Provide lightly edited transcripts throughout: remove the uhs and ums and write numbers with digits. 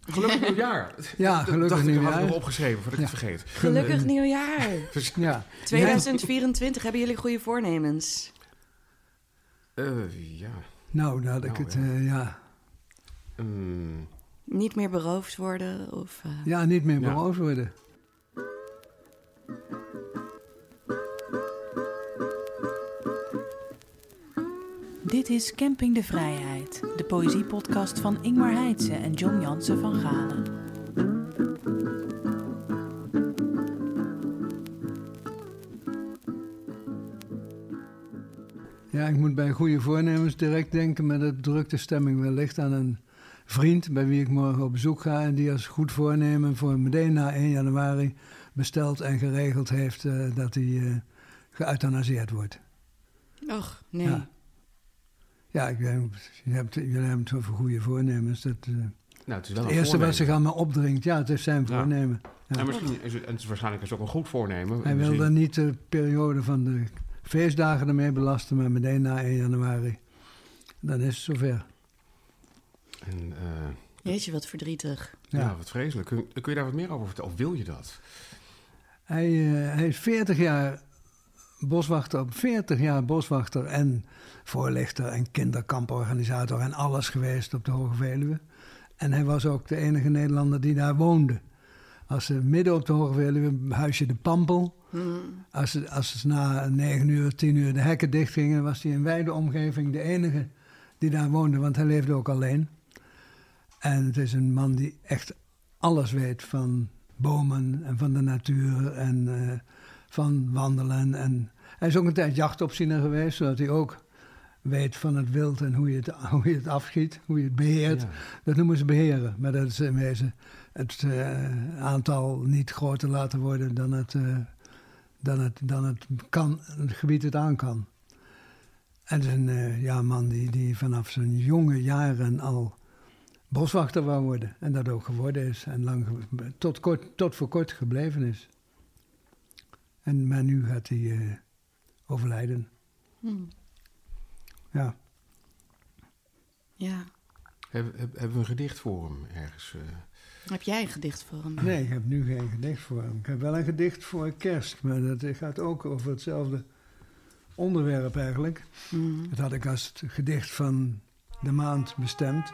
Gelukkig nieuwjaar. Ja, gelukkig nieuwjaar. Dat had ik nog opgeschreven, voordat ik het vergeet. Gelukkig nieuwjaar. Ja. 2024, hebben jullie goede voornemens? Ja. Nou, dat ik het, ja. Niet meer beroofd worden? Of, Ja, niet meer beroofd worden. Dit is Camping de Vrijheid, de poëziepodcast van Ingmar Heitse en John Jansen van Galen. Ja, ik moet bij goede voornemens direct denken met de drukte stemming wellicht aan een vriend bij wie ik morgen op bezoek ga en die als goed voornemen voor meteen na 1 januari besteld en geregeld heeft dat hij geëuthanaseerd wordt. Och, nee. Ja. Ja, jullie hebben het over goede voornemens. Dat, Nou, het is wel het een eerste wat voornemen. zich aan me opdringt, ja, het is zijn voornemen. Ja. En misschien is het waarschijnlijk ook een goed voornemen. Hij wil dan niet de periode van de feestdagen ermee belasten, maar meteen na 1 januari. Dan is het zover. En, Jeetje, wat verdrietig. ja, wat vreselijk. Kun je daar wat meer over vertellen? Of wil je dat? Hij is 40 jaar boswachter, 40 jaar boswachter en voorlichter en kinderkamporganisator en alles geweest op de Hoge Veluwe. En hij was ook de enige Nederlander die daar woonde. Als ze midden op de Hoge Veluwe, huisje de Pampel. Als ze na 9 uur, 10 uur de hekken dichtgingen, was hij in wijde omgeving de enige die daar woonde, want hij leefde ook alleen. En het is een man die echt alles weet van bomen en van de natuur en van wandelen. En hij is ook een tijd jachtopziener geweest, zodat hij ook weet van het wild en hoe je het afschiet, hoe je het beheert. Ja. Dat noemen ze beheren, maar dat is in wezen het aantal niet groter laten worden dan het gebied het aan kan. En het is een man die vanaf zijn jonge jaren al boswachter wou worden. En dat ook geworden is. En tot voor kort gebleven is. Maar nu gaat hij overlijden. Ja. Ja. Hebben we een gedicht voor hem ergens? Heb jij een gedicht voor hem? Nee, ik heb nu geen gedicht voor hem. Ik heb wel een gedicht voor kerst. Maar dat gaat ook over hetzelfde onderwerp eigenlijk. Dat had ik als het gedicht van de maand bestemd.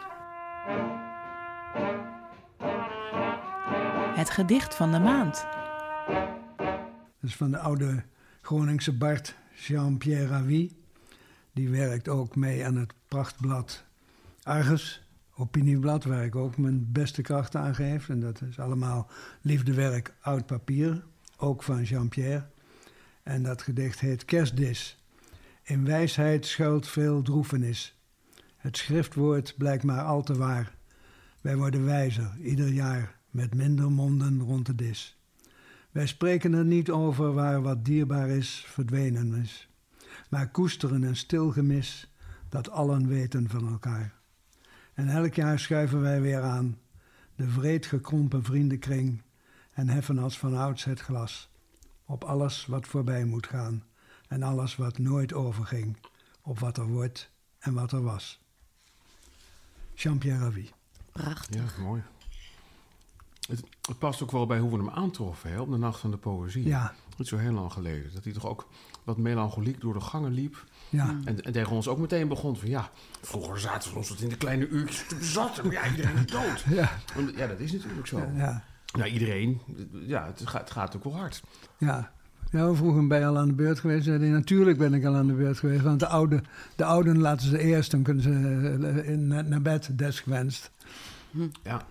Het gedicht van de maand. Dat is van de oude Groningse Bard Jean-Pierre Ravi. Die werkt ook mee aan het prachtblad Argus, opinieblad, waar ik ook mijn beste krachten aan geef. En dat is allemaal liefdewerk oud papier, ook van Jean-Pierre. En dat gedicht heet Kerstdis. In wijsheid schuilt veel droefenis. Het schriftwoord blijkt maar al te waar. Wij worden wijzer, ieder jaar, met minder monden rond de dis. Wij spreken er niet over waar wat dierbaar is, verdwenen is. Maar koesteren een stil gemis, dat allen weten van elkaar. En elk jaar schuiven wij weer aan, de wreed gekrompen vriendenkring, en heffen als vanouds het glas, op alles wat voorbij moet gaan, en alles wat nooit overging, op wat er wordt en wat er was. Jean-Pierre Ravi. Prachtig. Ja, mooi. Het past ook wel bij hoe we hem aantroffen, hè, op de Nacht van de Poëzie. Ja. Niet zo heel lang geleden. Dat hij toch ook wat melancholiek door de gangen liep. Ja. En tegen ons ook meteen begon van ja, vroeger zaten we ons tot in de kleine uurtjes te bezatten. Maar ja, iedereen is dood. Ja, dat is natuurlijk zo. Ja. Nou, iedereen, ja, het gaat ook wel hard. Ja. Ja, we vroegen hem bij al aan de beurt geweest. Zei hij, natuurlijk ben ik al aan de beurt geweest. Want de ouden laten ze eerst, dan kunnen ze naar bed desgewenst. Ja.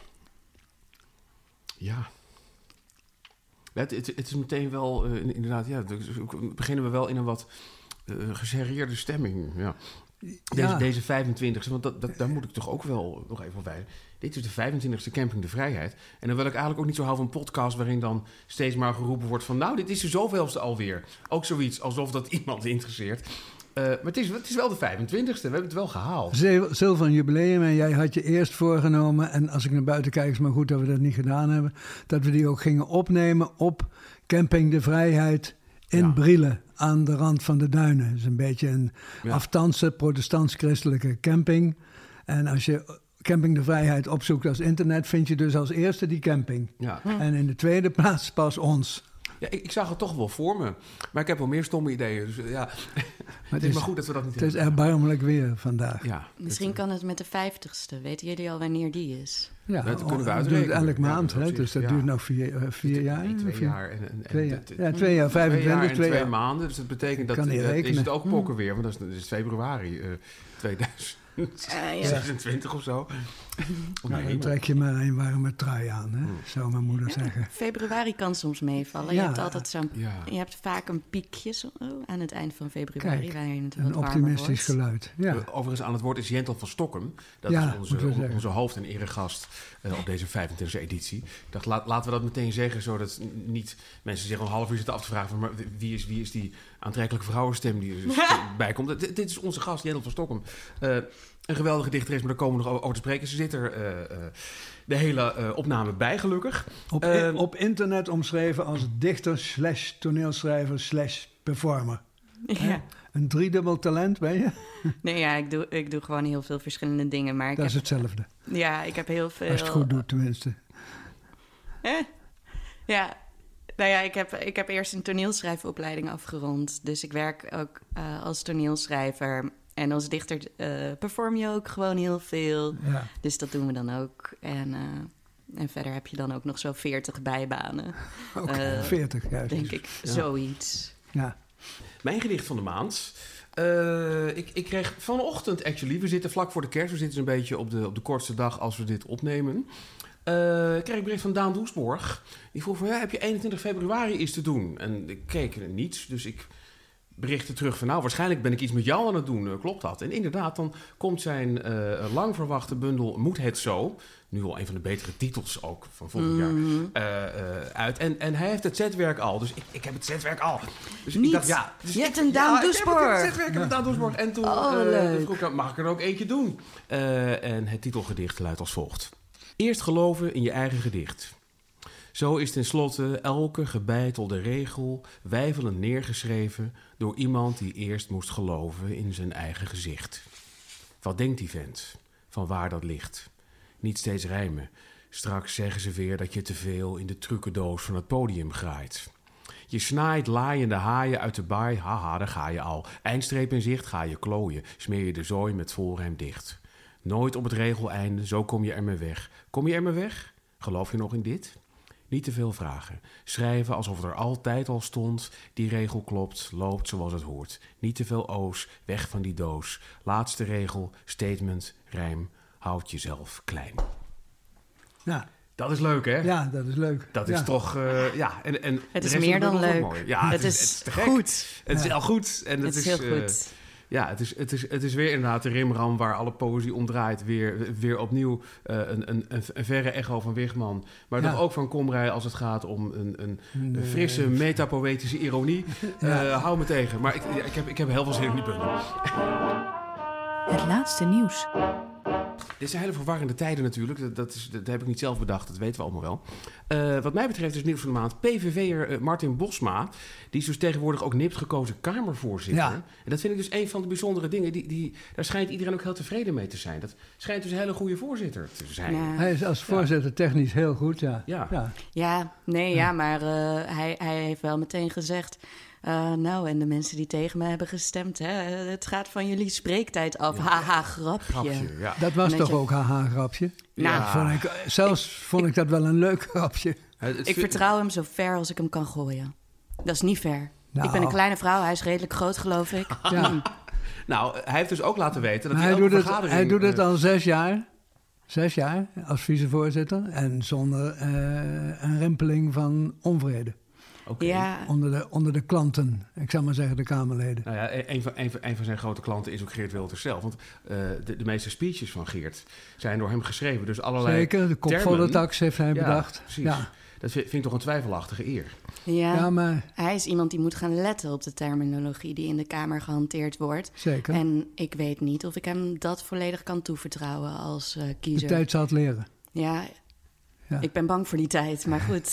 Ja. Het is meteen wel, inderdaad, ja, beginnen we wel in een wat geserreerde stemming. Ja. Deze 25e, want daar moet ik toch ook wel nog even bij. Dit is de 25e Camping de Vrijheid. En dan wil ik eigenlijk ook niet zo houden van een podcast waarin dan steeds maar geroepen wordt van nou, dit is de zoveelste alweer. Ook zoiets, alsof dat iemand interesseert. Maar het is wel de 25e, we hebben het wel gehaald. Zilver jubileum en jij had je eerst voorgenomen, en als ik naar buiten kijk is maar goed dat we dat niet gedaan hebben, dat we die ook gingen opnemen op Camping de Vrijheid in Brielle, aan de rand van de duinen. Het is een beetje een aftandse protestants-christelijke camping. En als je Camping de Vrijheid opzoekt als internet, vind je dus als eerste die camping. Ja. En in de tweede plaats pas ons. Ja, ik zag het toch wel voor me. Maar ik heb wel meer stomme ideeën. Dus ja, het is maar goed dat we dat niet hebben. Het is hebben. erbarmelijk weer vandaag. Ja, Misschien kan het met de 50ste. Weten jullie al wanneer die is? Ja, dat kunnen we dat uitrekenen. duurt elk maand, hè? Dus dat duurt nog 4 jaar. Nee, 2 jaar. En 2 jaar, 25, 2 2 jaar. maanden. Dus dat betekent dat is het ook pokken weer. Want dat is februari 2026 of zo. Dan trek je maar een warme trui aan, hè? Zou mijn moeder zeggen. Februari kan soms meevallen. Ja. Je hebt altijd zo'n... Ja. Je hebt vaak een piekje aan het eind van februari. Kijk, waarin het wat een warmer optimistisch wordt. geluid. Ja. Overigens aan het woord is Jentel van Stokkem. Dat Ja, is moeten we zeggen. onze hoofd- en eregast op deze 25e editie. Ik dacht, laten we dat meteen zeggen, zodat niet mensen zich een half uur zitten af te vragen van, maar wie is die aantrekkelijke vrouwenstem die er dus bij komt. Dit is onze gast, Jentel van Stokkem. Een geweldige dichteres, maar daar komen we nog over te spreken. Ze zit er de hele opname bij, gelukkig. Op internet omschreven als dichter / toneelschrijver / performer. Ja. Een driedubbel talent, ben je? Nee, ja, ik doe gewoon heel veel verschillende dingen. Maar Dat is hetzelfde. Ja, ik heb heel veel... Als je het goed doet, tenminste. Ja, nou ja, ik heb eerst een toneelschrijfopleiding afgerond. Dus ik werk ook als toneelschrijver. En als dichter perform je ook gewoon heel veel. Ja. Dus dat doen we dan ook. En verder heb je dan ook nog zo 40 bijbanen. Ook 40, juist. Denk ik, zoiets. Ja. Mijn gedicht van de maand. Ik kreeg vanochtend, actually, we zitten vlak voor de kerst. We zitten een beetje op de kortste dag als we dit opnemen. Kreeg ik bericht van Daan Doesborg. Die vroeg van, heb je 21 februari iets te doen? En ik keek er niets, dus ik berichtte terug van, waarschijnlijk ben ik iets met jou aan het doen. Klopt dat? En inderdaad, dan komt zijn lang verwachte bundel Moet het zo? Nu al een van de betere titels ook van volgend jaar uit. En hij heeft het zetwerk al. Dus ik heb het zetwerk al. Dus Niet. ik dacht, ja. Dus Je hebt een Daan Doesborg. Ik heb een Daan Doesborg. En toen vroeg ik, mag ik er ook eentje doen? En het titelgedicht luidt als volgt. Eerst geloven in je eigen gedicht. Zo is tenslotte elke gebeitelde regel weifelend neergeschreven door iemand die eerst moest geloven in zijn eigen gezicht. Wat denkt die vent? Van waar dat ligt? Niet steeds rijmen. Straks zeggen ze weer dat je te veel in de trucendoos van het podium graait. Je snaait laaiende haaien uit de baai, haha, daar ga je al. Eindstreep in zicht, ga je klooien, smeer je de zooi met volrijm dicht. Nooit op het regeleinde, zo kom je er mee weg. Kom je er mee weg? Geloof je nog in dit? Niet te veel vragen. Schrijven alsof het er altijd al stond. Die regel klopt, loopt zoals het hoort. Niet te veel o's, weg van die doos. Laatste regel, statement, rijm. Houd jezelf klein. Ja. Dat is leuk, hè? Ja, dat is leuk. Dat is toch, En het is meer dan leuk. Ja, het is te gek. goed. Het is heel goed. En het is heel goed. Ja, het is weer inderdaad de rimram waar alle poëzie om draait. Weer opnieuw een verre echo van Wigman. Maar toch ook van Komrij als het gaat om een frisse, metapoëtische ironie. Hou me tegen. Maar ik heb heel veel zin in die bundel. Het laatste nieuws. Dit zijn hele verwarrende tijden natuurlijk. Dat heb ik niet zelf bedacht, dat weten we allemaal wel. Wat mij betreft is nieuws van de maand PVV'er Martin Bosma. Die is dus tegenwoordig ook nipt gekozen Kamervoorzitter. Ja. En dat vind ik dus een van de bijzondere dingen. Daar schijnt iedereen ook heel tevreden mee te zijn. Dat schijnt dus een hele goede voorzitter te zijn. Ja. Hij is als voorzitter technisch heel goed, maar hij heeft wel meteen gezegd... en de mensen die tegen mij hebben gestemd... het gaat van jullie spreektijd af. Ja. Haha, grapje. Ja. Dat was toch ook haha, grapje? Nou, vond ik dat wel een leuk grapje. Ik vertrouw hem zo ver als ik hem kan gooien. Dat is niet ver. Nou. Ik ben een kleine vrouw, hij is redelijk groot, geloof ik. Ja. Nou, hij heeft dus ook laten weten... dat hij doet het al 6 jaar. 6 jaar als vicevoorzitter. En zonder een rimpeling van onvrede. Okay. Ja. Onder de klanten, ik zou maar zeggen de Kamerleden. Nou ja, een van zijn grote klanten is ook Geert Wilders zelf. Want de meeste speeches van Geert zijn door hem geschreven. Dus allerlei Zeker, de kopvolle tax heeft hij bedacht. Precies. Ja. Dat vind ik toch een twijfelachtige eer. Ja, maar hij is iemand die moet gaan letten op de terminologie die in de Kamer gehanteerd wordt. Zeker. En ik weet niet of ik hem dat volledig kan toevertrouwen als kiezer. De tijd zal het leren. Ja. Ik ben bang voor die tijd, maar goed.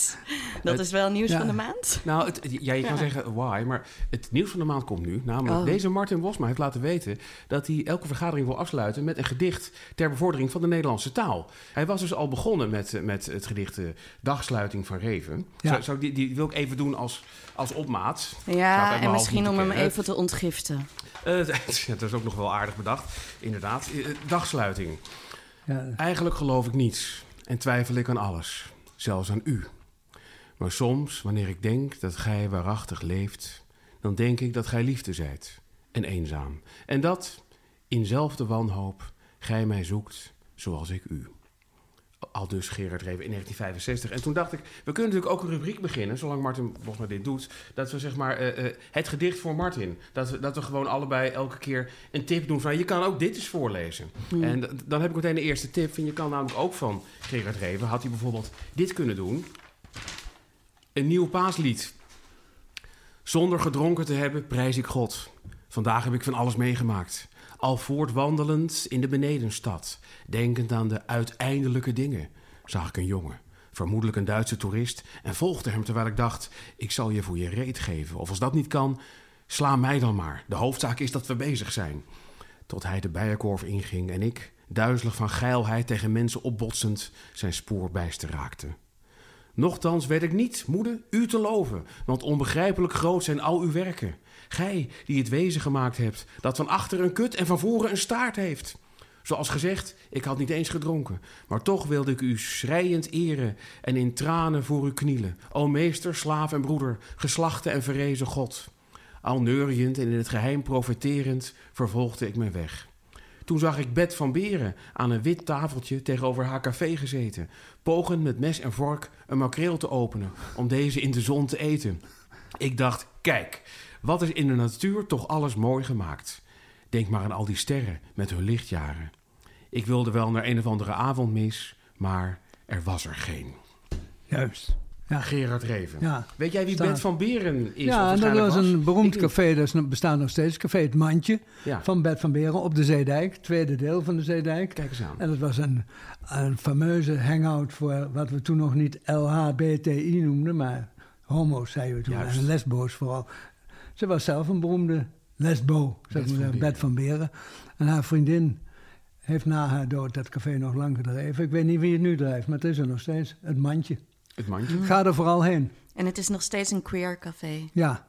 Dat is wel nieuws van de maand? Nou, je kan zeggen why, maar het nieuws van de maand komt nu. Namelijk, deze Martin Bosma heeft laten weten dat hij elke vergadering wil afsluiten met een gedicht ter bevordering van de Nederlandse taal. Hij was dus al begonnen met het gedicht Dagsluiting van Reven. Ja. Die wil ik even doen als opmaat. Ja, en misschien om hem even te ontgiften. Dat is ook nog wel aardig bedacht, inderdaad. Dagsluiting. Ja. Eigenlijk geloof ik niets en twijfel ik aan alles, zelfs aan u. Maar soms, wanneer ik denk dat gij waarachtig leeft, dan denk ik dat gij liefde zijt en eenzaam. En dat, in zelfde wanhoop, gij mij zoekt zoals ik u. Aldus Gerard Reven in 1965. En toen dacht ik, we kunnen natuurlijk ook een rubriek beginnen, zolang Martin Bosma dit doet, dat we zeg maar het gedicht voor Martin, dat we gewoon allebei elke keer een tip doen van, je kan ook dit eens voorlezen. En dan heb ik meteen de eerste tip, van je kan namelijk ook van Gerard Reven, had hij bijvoorbeeld dit kunnen doen. Een nieuw paaslied. Zonder gedronken te hebben, prijs ik God. Vandaag heb ik van alles meegemaakt. Al voortwandelend in de benedenstad, denkend aan de uiteindelijke dingen, zag ik een jongen, vermoedelijk een Duitse toerist, en volgde hem terwijl ik dacht, ik zal je voor je reet geven. Of als dat niet kan, sla mij dan maar. De hoofdzaak is dat we bezig zijn. Tot hij de bijenkorf inging en ik, duizelig van geilheid tegen mensen opbotsend, zijn spoor bijster raakte. Nochtans werd ik niet moede u te loven, want onbegrijpelijk groot zijn al uw werken. Gij, die het wezen gemaakt hebt, dat van achter een kut en van voren een staart heeft. Zoals gezegd, ik had niet eens gedronken, maar toch wilde ik u schreiend eren en in tranen voor u knielen. O meester, slaaf en broeder, geslachte en verrezen God. Al neuriënd en in het geheim profeterend vervolgde ik mijn weg. Toen zag ik Bet van Beren aan een wit tafeltje tegenover haar café gezeten, pogend met mes en vork een makreel te openen om deze in de zon te eten. Ik dacht, kijk, wat is in de natuur toch alles mooi gemaakt. Denk maar aan al die sterren met hun lichtjaren. Ik wilde wel naar een of andere avondmis, maar er was er geen. Juist. Ja. Gerard Reven. Ja. Weet jij wie Bet van Beren is? Ja, dat was een beroemd café. Dat bestaat nog steeds. Café Het Mandje van Bet van Beren op de Zeedijk. Tweede deel van de Zeedijk. Kijk eens aan. En dat was een fameuze hangout voor wat we toen nog niet LHBTI noemden, maar homo's zeiden we toen. Juist. En lesbo's vooral. Ze was zelf een beroemde lesbo, zeg maar zeggen, Bet van Beren. En haar vriendin heeft na haar dood dat café nog lang gedreven. Ik weet niet wie het nu drijft, maar het is er nog steeds. Het Mandje. Het Mandje. Ga er vooral heen. En het is nog steeds een queer café. Ja.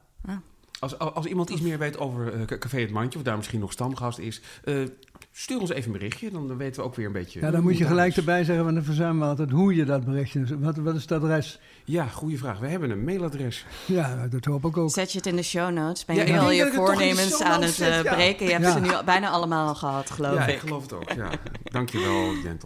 Als iemand iets meer weet over Café Het Mandje, of daar misschien nog stamgast is, stuur ons even een berichtje, dan weten we ook weer een beetje. Ja, dan moet je gelijk erbij zeggen, want dan verzuimen we altijd hoe je dat berichtje. Wat is het adres? Ja, goede vraag. We hebben een mailadres. Ja, dat hoop ik ook. Zet je het in de show notes? Ben je nu al je voornemens aan het breken? Je hebt ze nu bijna allemaal al gehad, geloof ik. Ja, ik geloof het ook. Ja. Dankjewel, Jentel.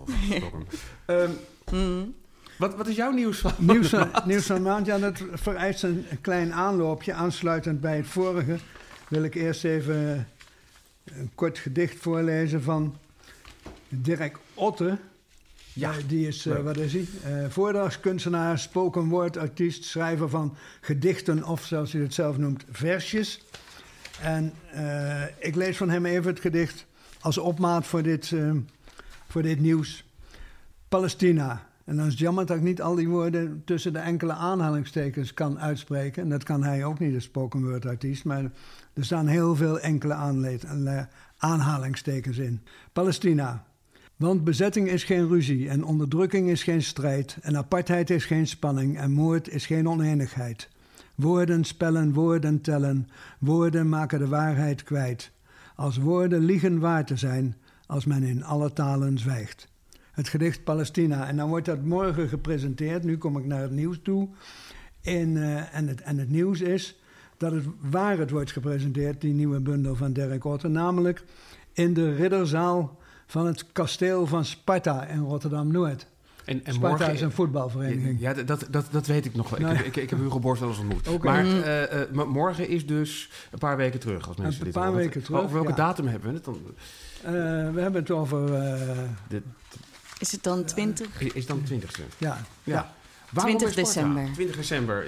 Wat is jouw nieuws van Nieuws van de maand? Ja, dat vereist een klein aanloopje. Aansluitend bij het vorige wil ik eerst even een kort gedicht voorlezen van Dirk Otte. Ja. Die is, wat is hij? Voordrachtskunstenaar, spoken word artiest, schrijver van gedichten of, zoals hij het zelf noemt, versjes. En ik lees van hem even het gedicht als opmaat voor dit nieuws. Palestina. En dan is het jammer dat ik niet al die woorden tussen de enkele aanhalingstekens kan uitspreken. En dat kan hij ook niet, de spoken word artiest. Maar er staan heel veel enkele aanhalingstekens in. Palestina. Want bezetting is geen ruzie en onderdrukking is geen strijd. En apartheid is geen spanning en moord is geen oneenigheid. Woorden spellen, woorden tellen. Woorden maken de waarheid kwijt. Als woorden liegen waar te zijn, als men in alle talen zwijgt. Het gedicht Palestina. En dan wordt dat morgen gepresenteerd. Nu kom ik naar het nieuws toe. En het nieuws is dat waar het wordt gepresenteerd, die nieuwe bundel van Dirk Otte, namelijk in de ridderzaal van het kasteel van Sparta in Rotterdam-Noord. En Sparta morgen is een voetbalvereniging. Ja, dat weet ik nog wel. Nou, ik heb Hugo Borst wel eens ontmoet. Okay. Maar morgen is dus een paar weken terug. Als mensen een paar weken terug. Over welke datum hebben we het dan? We hebben het over... Is het dan 20? Is het dan 20e? Ja. 20 december. 20 december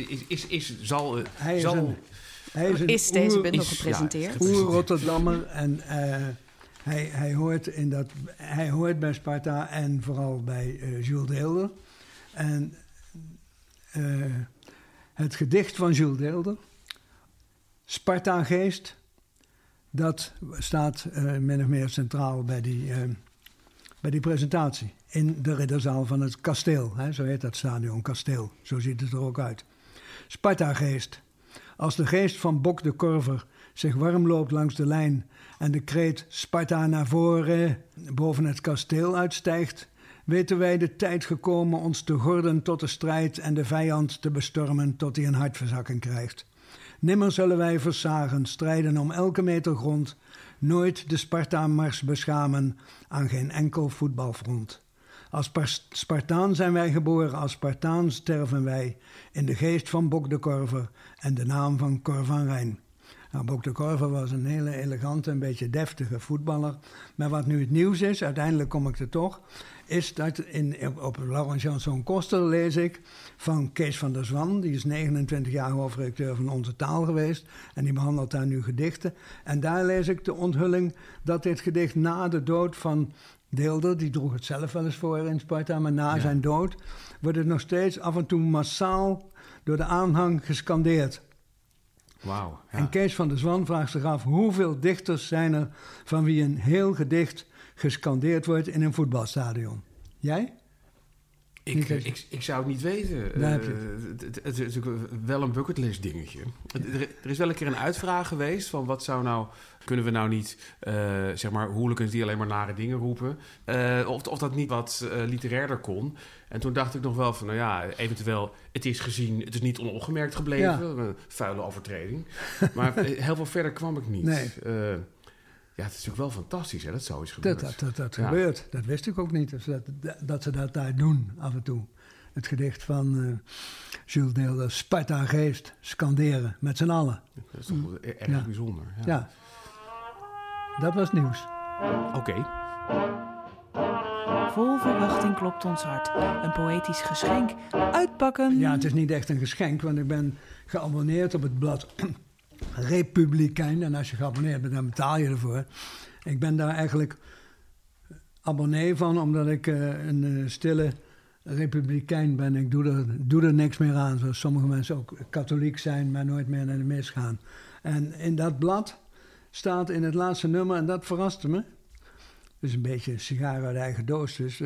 is deze bundel gepresenteerd? Oer-Rotterdammer en hij hoort bij Sparta en vooral bij Jules Deelder. En het gedicht van Jules Deelder, Sparta-geest. Dat staat min of meer centraal bij die presentatie. In de ridderzaal van het kasteel. Hè, zo heet dat stadion, kasteel. Zo ziet het er ook uit. Sparta-geest. Als de geest van Bok de Korver zich warm loopt langs de lijn en de kreet Sparta naar voren boven het kasteel uitstijgt, weten wij de tijd gekomen ons te gorden tot de strijd en de vijand te bestormen tot hij een hartverzakking krijgt. Nimmer zullen wij versagen, strijden om elke meter grond, nooit de Sparta-mars beschamen aan geen enkel voetbalfront. Als Spartaan zijn wij geboren, als Spartaan sterven wij, in de geest van Bok de Korver en de naam van Cor van Rijn. Nou, Bok de Korver was een hele elegante, een beetje deftige voetballer. Maar wat nu het nieuws is, uiteindelijk kom ik er toch, is dat op Laurens Janszoon Koster lees ik van Kees van der Zwan. Die is 29 jaar hoofdredacteur van Onze Taal geweest. En die behandelt daar nu gedichten. En daar lees ik de onthulling dat dit gedicht na de dood van Deelder, die droeg het zelf wel eens voor in Sparta, maar na zijn dood wordt het nog steeds af en toe massaal door de aanhang gescandeerd. Wauw. Ja. En Kees van der Zwan vraagt zich af hoeveel dichters zijn er van wie een heel gedicht gescandeerd wordt in een voetbalstadion. Jij? Ik zou het niet weten. Het is natuurlijk wel een bucketlist dingetje. Er is wel een keer een uitvraag geweest van wat zou nou... Kunnen we nou niet, zeg maar, hooligans die alleen maar nare dingen roepen? Of dat niet wat literairder kon. En toen dacht ik nog wel van, nou ja, eventueel, het is gezien, het is niet onopgemerkt gebleven. Een vuile overtreding. Maar heel veel verder kwam ik niet. Nee. Ja, het is natuurlijk wel fantastisch, hè, dat zo is gebeurd. Dat gebeurt. Dat wist ik ook niet. Dus dat ze dat daar doen, af en toe. Het gedicht van Jules Deelder, Sparta-geest, scanderen, met z'n allen. Dat is toch erg bijzonder. Ja. Dat was nieuws. Oké. Vol verwachting klopt ons hart. Een poëtisch geschenk. Uitpakken. Ja, het is niet echt een geschenk, want ik ben geabonneerd op het blad Republikein. En als je geabonneerd bent, dan betaal je ervoor. Ik ben daar eigenlijk abonnee van, omdat ik een stille republikein ben. Ik doe er niks meer aan, zoals sommige mensen ook katholiek zijn, maar nooit meer naar de mis gaan. En in dat blad staat in het laatste nummer, en dat verraste me. Het is een beetje een sigaar uit eigen doos. Dus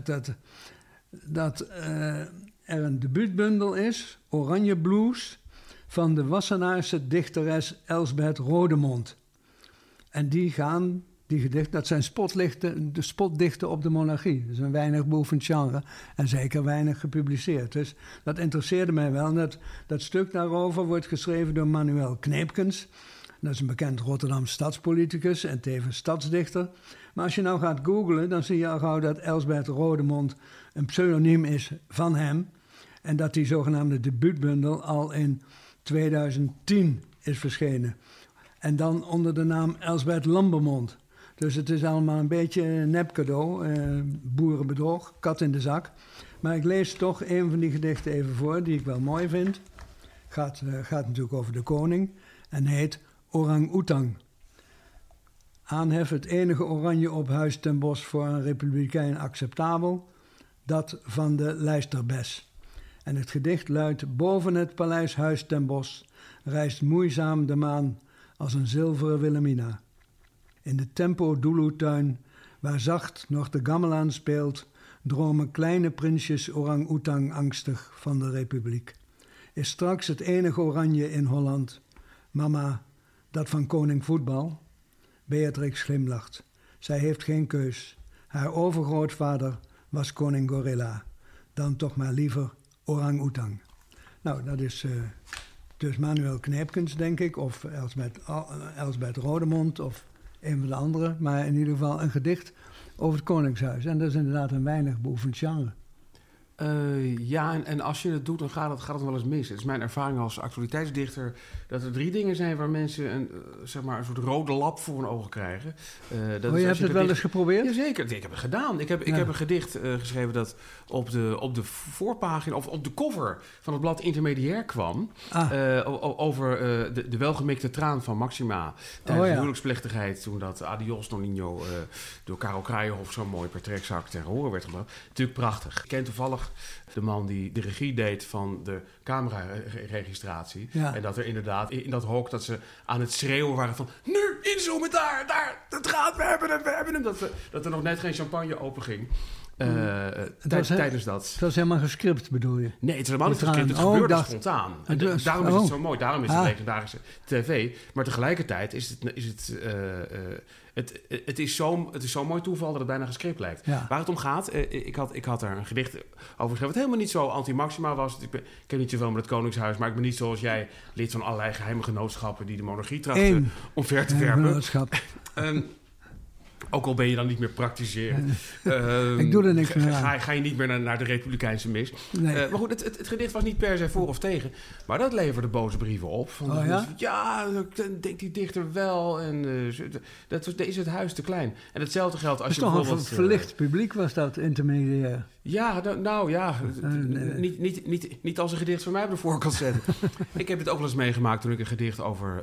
dat er een debuutbundel is, Oranje Blues, van de Wassenaarse dichteres Elsbeth Rodemond. En die gedichten, dat zijn de spotdichten op de monarchie. Dat is een weinig beoefend genre en zeker weinig gepubliceerd. Dus dat interesseerde mij wel. En dat stuk daarover wordt geschreven door Manuel Kneepkens. Dat is een bekend Rotterdam stadspoliticus en tevens stadsdichter. Maar als je nou gaat googlen, dan zie je al gauw dat Elsbeth Rodemond een pseudoniem is van hem. En dat die zogenaamde debuutbundel al in 2010 is verschenen. En dan onder de naam Elsbeth Lambermond. Dus het is allemaal een beetje een nepcadeau, boerenbedrog, kat in de zak. Maar ik lees toch een van die gedichten even voor, die ik wel mooi vind. Gaat natuurlijk over de koning en heet Orang-Oetang. Aanhef het enige oranje op Huis ten Bosch voor een republikein acceptabel, dat van de lijsterbes. En het gedicht luidt: boven het paleis Huis ten Bosch rijst moeizaam de maan als een zilveren Wilhelmina. In de Tempo Dulu-tuin, waar zacht nog de gamelaan speelt, dromen kleine prinsjes orang-oetang angstig van de republiek. Is straks het enige oranje in Holland. Mama, dat van koning voetbal? Beatrix glimlacht. Zij heeft geen keus. Haar overgrootvader was koning Gorilla. Dan toch maar liever orang-oetang. Nou, dat is dus Manuel Kneepkens, denk ik, of Elsbeth Rodemond, of een van de anderen. Maar in ieder geval een gedicht over het Koningshuis. En dat is inderdaad een weinig beoefend genre. Ja, en als je het doet, dan gaat het wel eens mis. Het is mijn ervaring als actualiteitsdichter dat er 3 dingen zijn waar mensen een soort rode lap voor hun ogen krijgen. Je hebt het wel eens geprobeerd? Jazeker, ik heb het gedaan. Ik heb een gedicht geschreven dat op de voorpagina, of op de cover van het blad Intermediair kwam. Over de welgemikte traan van Maxima tijdens de huwelijksplechtigheid, toen dat Adios Nonino door Karel Kraaienhof zo mooi per trekzak ter horen werd gebracht. Natuurlijk prachtig. Ik ken toevallig toevallig de man die de regie deed van de cameraregistratie. Ja. En dat er inderdaad in dat hok dat ze aan het schreeuwen waren van... Nu, inzoomen daar, het gaat, we hebben hem. Dat er nog net geen champagne open ging. Tijdens dat. Het was helemaal gescript, bedoel je? Nee, het is helemaal niet gescript. Het gebeurde spontaan. En daarom is het zo mooi. Daarom is het legendarische tv. Maar tegelijkertijd het is zo'n mooi toeval dat het bijna gescript lijkt. Ja. Waar het om gaat, ik had daar een gedicht over geschreven... wat helemaal niet zo anti-maxima was. Ik ken niet zoveel met het Koningshuis... maar ik ben niet zoals jij lid van allerlei geheime genootschappen... die de monarchie trachten omver te werpen. Ook al ben je dan niet meer praktiseren. Ik doe er niks meer aan. Ga je niet meer naar de Republikeinse mis. Nee. Maar goed, het gedicht was niet per se voor of tegen. Maar dat leverde boze brieven op. Ja, denkt die dichter wel. En is het huis te klein. En hetzelfde geldt als je bijvoorbeeld... Het is toch een verlicht publiek was dat, intermediair. Ja, niet als een gedicht van mij op de voorkant zetten. Ik heb het ook wel eens meegemaakt toen ik een gedicht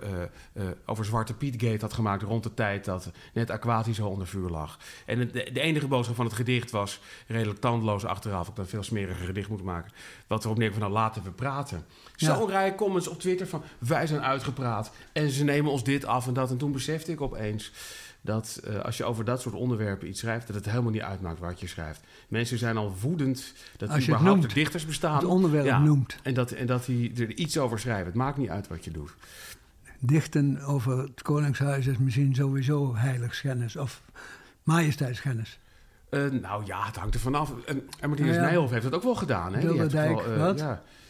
over Zwarte Piet-gate had gemaakt... rond de tijd dat net Aquatisch al onder vuur lag. En de enige boodschap van het gedicht was redelijk tandeloos achteraf. Ik had een veel smeriger gedicht moeten maken. Wat erop neer van, nou laten we praten. Ja. Zo'n rij comments op Twitter van, wij zijn uitgepraat. En ze nemen ons dit af en dat. En toen besefte ik opeens... dat als je over dat soort onderwerpen iets schrijft... dat het helemaal niet uitmaakt wat je schrijft. Mensen zijn al woedend dat als je überhaupt de dichters bestaan. Het onderwerp noemt. En dat die er iets over schrijven. Het maakt niet uit wat je doet. Dichten over het Koningshuis is misschien sowieso heiligschennis... of majesteitsschennis. Nou ja, het hangt er vanaf. En Martinus Nijhoff heeft dat ook wel gedaan. Hè? Dijk, wat?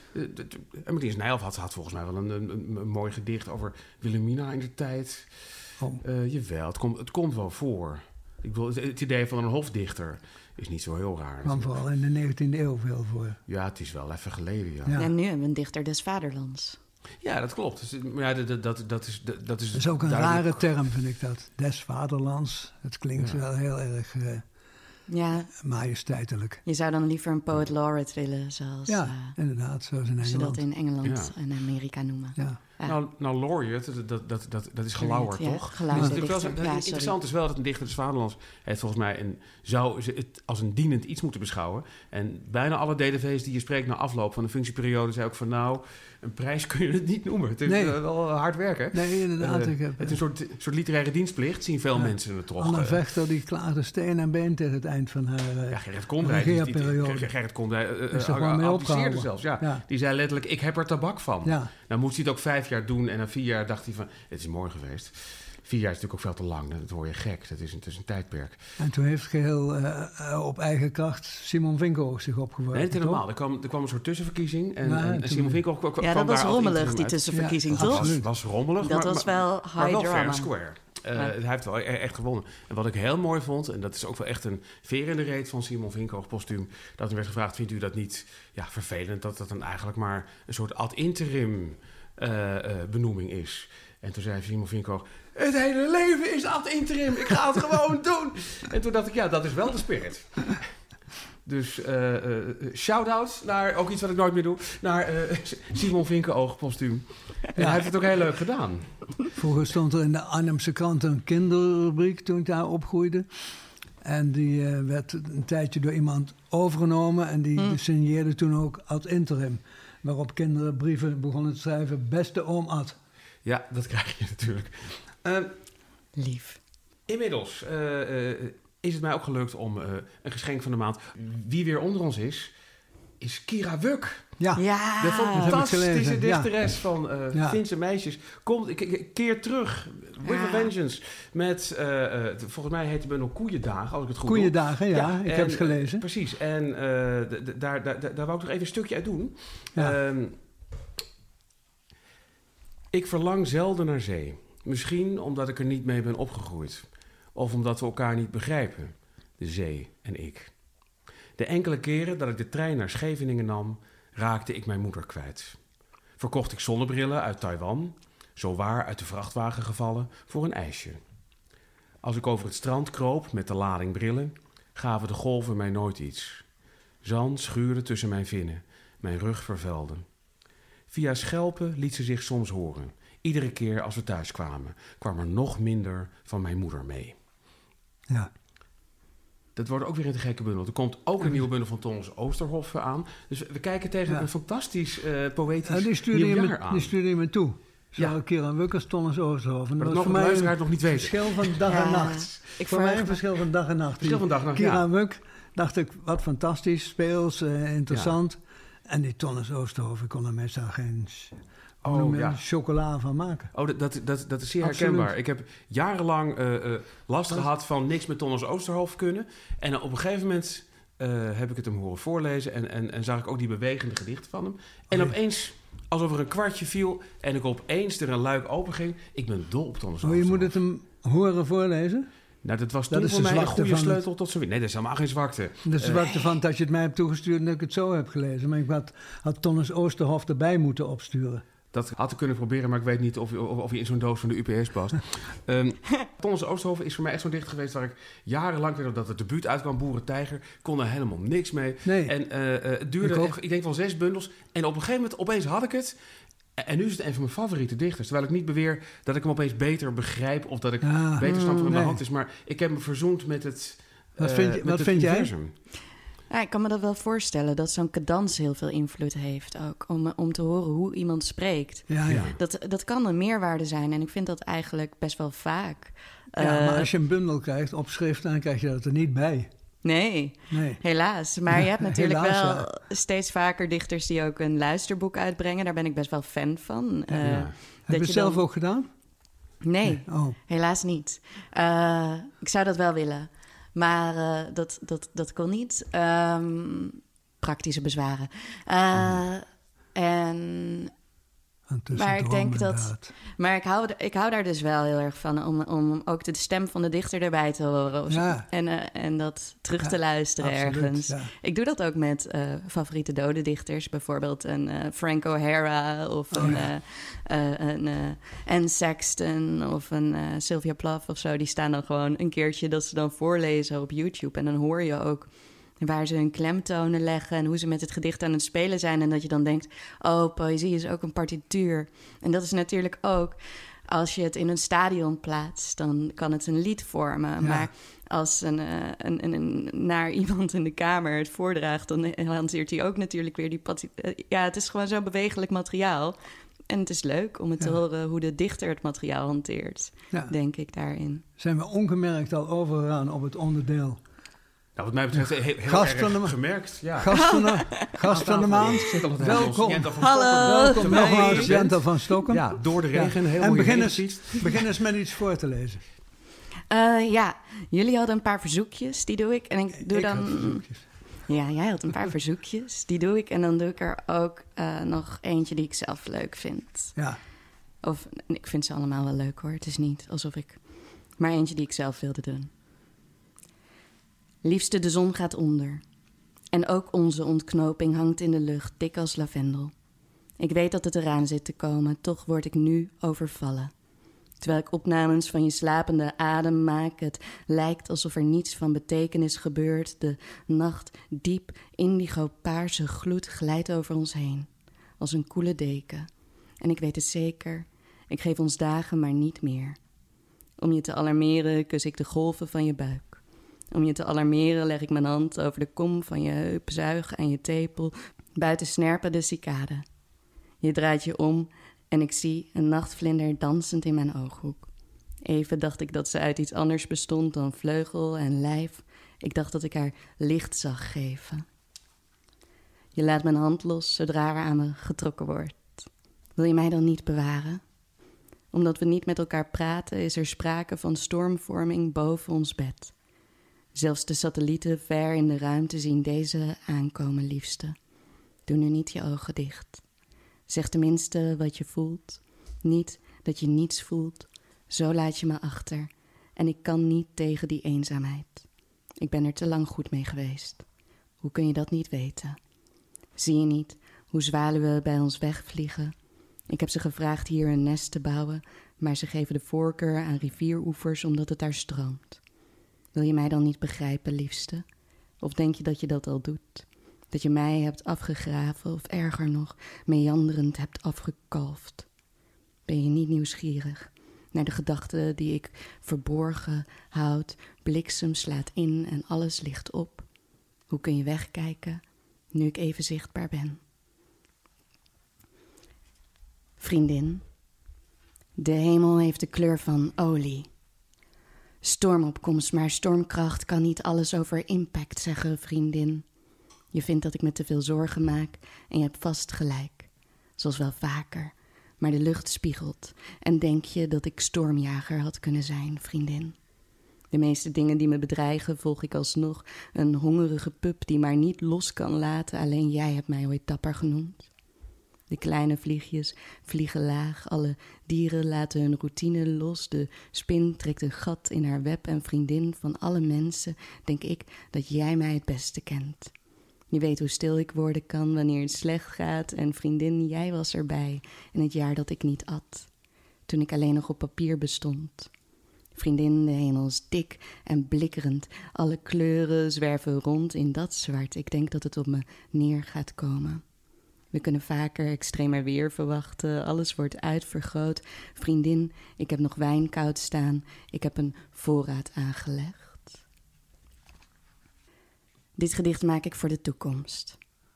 En Martinus Nijhoff had volgens mij wel een mooi gedicht... over Wilhelmina in de tijd... Jawel, het komt wel voor. Ik bedoel, het idee van een hofdichter is niet zo heel raar. kwam vooral in de 19e eeuw veel voor. Ja, het is wel even geleden, ja. En nu hebben we een dichter des vaderlands. Ja, dat klopt. Dus, maar ja, dat is ook een duidelijk. rare term, vind ik dat. Des vaderlands. Het klinkt wel heel erg majesteitelijk. Je zou dan liever een poet laureate willen, zoals... inderdaad, zoals in Engeland. Ze dat in Engeland en Amerika noemen. Ja. Nou, laureate, dat is gelauwerd, toch? Interessant is wel dat een dichter des vaderlands het volgens mij zou het als een dienend iets moeten beschouwen. En bijna alle DDV's die je spreekt na afloop van de functieperiode zei ook van een prijs kun je het niet noemen. Het is wel hard werken. Nee, inderdaad. Het is een soort literaire dienstplicht, zien veel mensen het toch. Anne Vechter die klaagde steen en been tegen het eind van haar Gerrit Komrij. Gerrit Komrij adviseerde zelfs. Ja. Die zei letterlijk, ik heb er tabak van. Ja. Nou moest hij het ook 5 jaar doen en na 4 jaar dacht hij van, het is mooi geweest. 4 jaar is natuurlijk ook veel te lang, dat word je gek. Het is een tijdperk. En toen heeft geheel op eigen kracht Simon Vinko zich opgeworpen. Nee, niet helemaal. Er kwam een soort tussenverkiezing. En Simon Vinko kwam daar. Ja, dat was rommelig, die tussenverkiezing, toch? Het was rommelig. Dat was wel high maar wel drama. fair and square. Hij heeft wel echt gewonnen. En wat ik heel mooi vond, en dat is ook wel echt een veer in de reet van Simon Vinko postuum, dat er werd gevraagd, vindt u dat niet vervelend dat dan eigenlijk maar een soort ad interim benoeming is? En toen zei Simon Vinko, het hele leven is ad interim, ik ga het gewoon doen. En toen dacht ik, dat is wel de spirit. Dus shout-out naar, ook iets wat ik nooit meer doe, naar Simon Vinko postuum. En hij heeft het ook heel leuk gedaan. Vroeger stond er in de Arnhemse krant een kinderrubriek toen ik daar opgroeide. En die werd een tijdje door iemand overgenomen en die signeerde toen ook ad interim. Waarop kinderen brieven begonnen te schrijven, beste oom Ad. Ja, dat krijg je natuurlijk. Lief. Inmiddels is het mij ook gelukt om een geschenk van de maand. Wie weer onder ons is Kira Wuk. Ja. De fantastische dichteres van Finse meisjes. Keer terug. With a Vengeance. Met, volgens mij heet de bundel Koeiendagen, als ik het goed Koeiendagen, ik heb het gelezen. Precies. En daar wou ik nog even een stukje uit doen. Ja. Ik verlang zelden naar zee. Misschien omdat ik er niet mee ben opgegroeid. Of omdat we elkaar niet begrijpen. De zee en ik. De enkele keren dat ik de trein naar Scheveningen nam, raakte ik mijn moeder kwijt. Verkocht ik zonnebrillen uit Taiwan, zowaar uit de vrachtwagen gevallen, voor een ijsje. Als ik over het strand kroop met de lading brillen, gaven de golven mij nooit iets. Zand schuurde tussen mijn vinnen, mijn rug vervuilde. Via schelpen liet ze zich soms horen. Iedere keer als we thuis kwamen, kwam er nog minder van mijn moeder mee. Ja. Dat wordt ook weer in de gekke bundel. Er komt ook een nieuwe bundel van Tonnes Oosterhoff aan. Dus we kijken tegen een fantastisch poëtisch nieuwjaar aan. Die stuurde je me toe. Kieran Wukkers, Tonnes Oosterhoff. Maar dat nog een luisteraar nog niet weten. Verschil van dag en nacht. Voor mij een verschil van dag en nacht. Verschil van dag en nacht, Kieran Wuk, dacht ik, wat fantastisch, speels, interessant. Ja. En die Tonnes Oosterhoff, ik kon er meestal geen chocola van maken. Dat is zeer herkenbaar. Ik heb jarenlang last gehad van niks met Tonnes Oosterhoff kunnen. En op een gegeven moment heb ik het hem horen voorlezen en zag ik ook die bewegende gedichten van hem. En opeens, alsof er een kwartje viel en ik opeens er een luik open ging. Ik ben dol op Tonnes Oosterhoff. Je moet het hem horen voorlezen? Nou, dat was toen voor mij een goede sleutel tot zo'n... Nee, dat is helemaal geen zwakte. De zwakte van dat je het mij hebt toegestuurd en dat ik het zo heb gelezen. Maar ik had Tonnes Oosterhoff erbij moeten opsturen. Dat had ik kunnen proberen, maar ik weet niet of je in zo'n doos van de UPS past. Tonnes Oosterhoff is voor mij echt zo'n dichter geweest waar ik jarenlang weet dat het debuut uitkwam, Boerentijger, kon er helemaal niks mee. Nee. En het duurde, ik denk wel 6 bundels. En op een gegeven moment, opeens had ik het. En nu is het een van mijn favoriete dichters. Terwijl ik niet beweer dat ik hem opeens beter begrijp of dat ik beter snap wat in mijn hand is. Maar ik heb me verzoend met het Wat vind jij? Ja, ik kan me dat wel voorstellen, dat zo'n cadans heel veel invloed heeft ook. Om te horen hoe iemand spreekt. Ja. Dat kan een meerwaarde zijn en ik vind dat eigenlijk best wel vaak. Maar als je een bundel krijgt op schrift, dan krijg je dat er niet bij. Nee, helaas. Maar je hebt natuurlijk wel steeds vaker dichters die ook een luisterboek uitbrengen. Daar ben ik best wel fan van. Heb je het zelf ook gedaan? Nee, helaas niet. Ik zou dat wel willen. Maar dat kon niet. Praktische bezwaren. Maar ik denk maar ik hou daar dus wel heel erg van om ook de stem van de dichter erbij te horen. En dat terug te luisteren ergens. Ja. Ik doe dat ook met favoriete dode dichters. Bijvoorbeeld een Frank O'Hara of een Anne Sexton of een Sylvia Plath of zo. Die staan dan gewoon een keertje dat ze dan voorlezen op YouTube. En dan hoor je ook waar ze hun klemtonen leggen en hoe ze met het gedicht aan het spelen zijn. En dat je dan denkt, poëzie is ook een partituur. En dat is natuurlijk ook, als je het in een stadion plaatst, dan kan het een lied vormen. Ja. Maar als naar iemand in de kamer het voordraagt, dan hanteert hij ook natuurlijk weer die het is gewoon zo'n bewegelijk materiaal. En het is leuk om het te horen hoe de dichter het materiaal hanteert, denk ik daarin. Zijn we ongemerkt al overgegaan op het onderdeel? Nou, wat mij betreft heel erg gemerkt. Ja. Gast van de maand. Welkom. Hallo. Welkom nogmaals, Jentel van Stokken. Ja, door de regen. Helemaal begin eens met iets voor te lezen. Jullie hadden een paar verzoekjes, die doe ik. En ik doe dan... had verzoekjes. Ja, jij had een paar verzoekjes, die doe ik. En dan doe ik er ook nog eentje die ik zelf leuk vind. Ja. Of, ik vind ze allemaal wel leuk hoor. Het is niet alsof ik... Maar eentje die ik zelf wilde doen. Liefste, de zon gaat onder. En ook onze ontknoping hangt in de lucht, dik als lavendel. Ik weet dat het eraan zit te komen, toch word ik nu overvallen. Terwijl ik opnames van je slapende adem maak, het lijkt alsof er niets van betekenis gebeurt. De nacht, diep indigo-paarse gloed glijdt over ons heen, als een koele deken. En ik weet het zeker, ik geef ons dagen maar niet meer. Om je te alarmeren kus ik de golven van je buik. Om je te alarmeren leg ik mijn hand over de kom van je heup, zuig aan je tepel. Buiten snerpen de cicaden. Je draait je om en ik zie een nachtvlinder dansend in mijn ooghoek. Even dacht ik dat ze uit iets anders bestond dan vleugel en lijf. Ik dacht dat ik haar licht zag geven. Je laat mijn hand los zodra er aan me getrokken wordt. Wil je mij dan niet bewaren? Omdat we niet met elkaar praten is er sprake van stormvorming boven ons bed. Zelfs de satellieten ver in de ruimte zien deze aankomen, liefste. Doe nu niet je ogen dicht. Zeg tenminste wat je voelt. Niet dat je niets voelt. Zo laat je me achter. En ik kan niet tegen die eenzaamheid. Ik ben er te lang goed mee geweest. Hoe kun je dat niet weten? Zie je niet hoe zwaluwen bij ons wegvliegen? Ik heb ze gevraagd hier een nest te bouwen, maar ze geven de voorkeur aan rivieroevers omdat het daar stroomt. Wil je mij dan niet begrijpen, liefste? Of denk je dat je dat al doet? Dat je mij hebt afgegraven of erger nog, meanderend hebt afgekalfd? Ben je niet nieuwsgierig? Naar de gedachten die ik verborgen houd. Bliksem slaat in en alles ligt op. Hoe kun je wegkijken, nu ik even zichtbaar ben? Vriendin, de hemel heeft de kleur van olie. Stormopkomst, maar stormkracht kan niet alles over impact zeggen, vriendin. Je vindt dat ik me te veel zorgen maak en je hebt vast gelijk. Zoals wel vaker, maar de lucht spiegelt. En denk je dat ik stormjager had kunnen zijn, vriendin? De meeste dingen die me bedreigen volg ik alsnog. Een hongerige pup die maar niet los kan laten. Alleen jij hebt mij ooit dapper genoemd. De kleine vliegjes vliegen laag. Alle dieren laten hun routine los. De spin trekt een gat in haar web. En vriendin van alle mensen denk ik dat jij mij het beste kent. Je weet hoe stil ik worden kan wanneer het slecht gaat. En vriendin, jij was erbij in het jaar dat ik niet at. Toen ik alleen nog op papier bestond. Vriendin, de hemel is dik en blikkerend. Alle kleuren zwerven rond in dat zwart. Ik denk dat het op me neer gaat komen. We kunnen vaker extremer weer verwachten. Alles wordt uitvergroot. Vriendin, ik heb nog wijn koud staan. Ik heb een voorraad aangelegd. Dit gedicht maak ik voor de toekomst.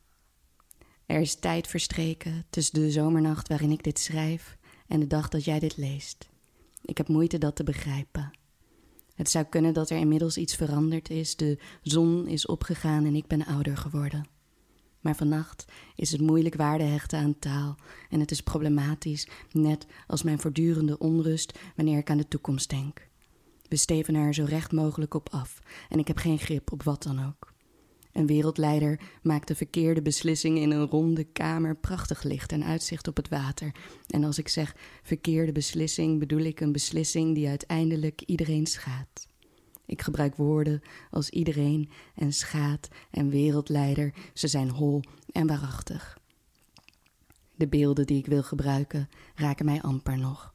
Er is tijd verstreken tussen de zomernacht waarin ik dit schrijf en de dag dat jij dit leest. Ik heb moeite dat te begrijpen. Het zou kunnen dat er inmiddels iets veranderd is. De zon is opgegaan en ik ben ouder geworden. Maar vannacht is het moeilijk waarde hechten aan taal. En het is problematisch, net als mijn voortdurende onrust wanneer ik aan de toekomst denk. We steven er zo recht mogelijk op af en ik heb geen grip op wat dan ook. Een wereldleider maakt de verkeerde beslissing in een ronde kamer, prachtig licht en uitzicht op het water. En als ik zeg verkeerde beslissing, bedoel ik een beslissing die uiteindelijk iedereen schaadt. Ik gebruik woorden als iedereen en schaat en wereldleider. Ze zijn hol en waarachtig. De beelden die ik wil gebruiken raken mij amper nog.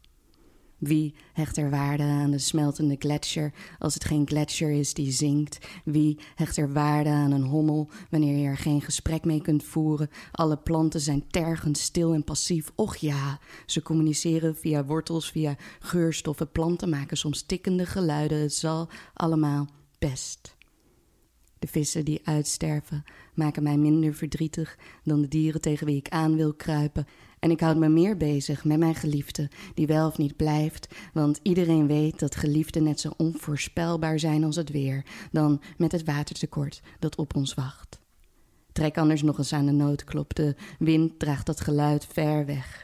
Wie hecht er waarde aan de smeltende gletsjer als het geen gletsjer is die zinkt? Wie hecht er waarde aan een hommel wanneer je er geen gesprek mee kunt voeren? Alle planten zijn tergend, stil en passief. Och ja, ze communiceren via wortels, via geurstoffen. Planten maken soms tikkende geluiden. Het zal allemaal best. De vissen die uitsterven maken mij minder verdrietig dan de dieren tegen wie ik aan wil kruipen. En ik houd me meer bezig met mijn geliefde, die wel of niet blijft, want iedereen weet dat geliefden net zo onvoorspelbaar zijn als het weer, dan met het watertekort dat op ons wacht. Trek anders nog eens aan de noodklop, de wind draagt dat geluid ver weg.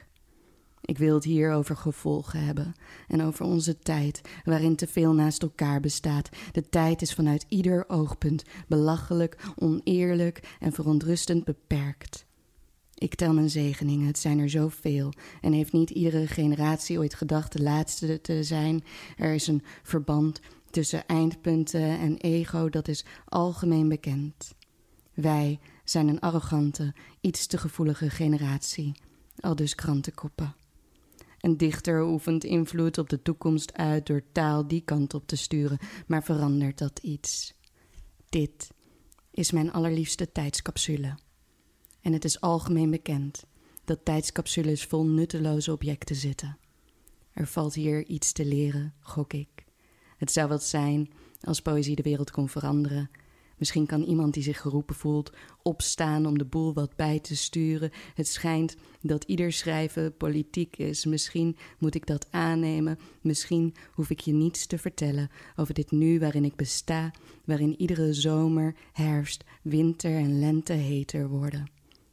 Ik wil het hier over gevolgen hebben en over onze tijd, waarin te veel naast elkaar bestaat. De tijd is vanuit ieder oogpunt belachelijk, oneerlijk en verontrustend beperkt. Ik tel mijn zegeningen, het zijn er zoveel. En heeft niet iedere generatie ooit gedacht de laatste te zijn? Er is een verband tussen eindpunten en ego, dat is algemeen bekend. Wij zijn een arrogante, iets te gevoelige generatie, aldus krantenkoppen. Een dichter oefent invloed op de toekomst uit door taal die kant op te sturen, maar verandert dat iets? Dit is mijn allerliefste tijdscapsule. En het is algemeen bekend dat tijdscapsules vol nutteloze objecten zitten. Er valt hier iets te leren, gok ik. Het zou wat zijn als poëzie de wereld kon veranderen. Misschien kan iemand die zich geroepen voelt opstaan om de boel wat bij te sturen. Het schijnt dat ieder schrijven politiek is. Misschien moet ik dat aannemen. Misschien hoef ik je niets te vertellen over dit nu waarin ik besta, waarin iedere zomer, herfst, winter en lente heter worden.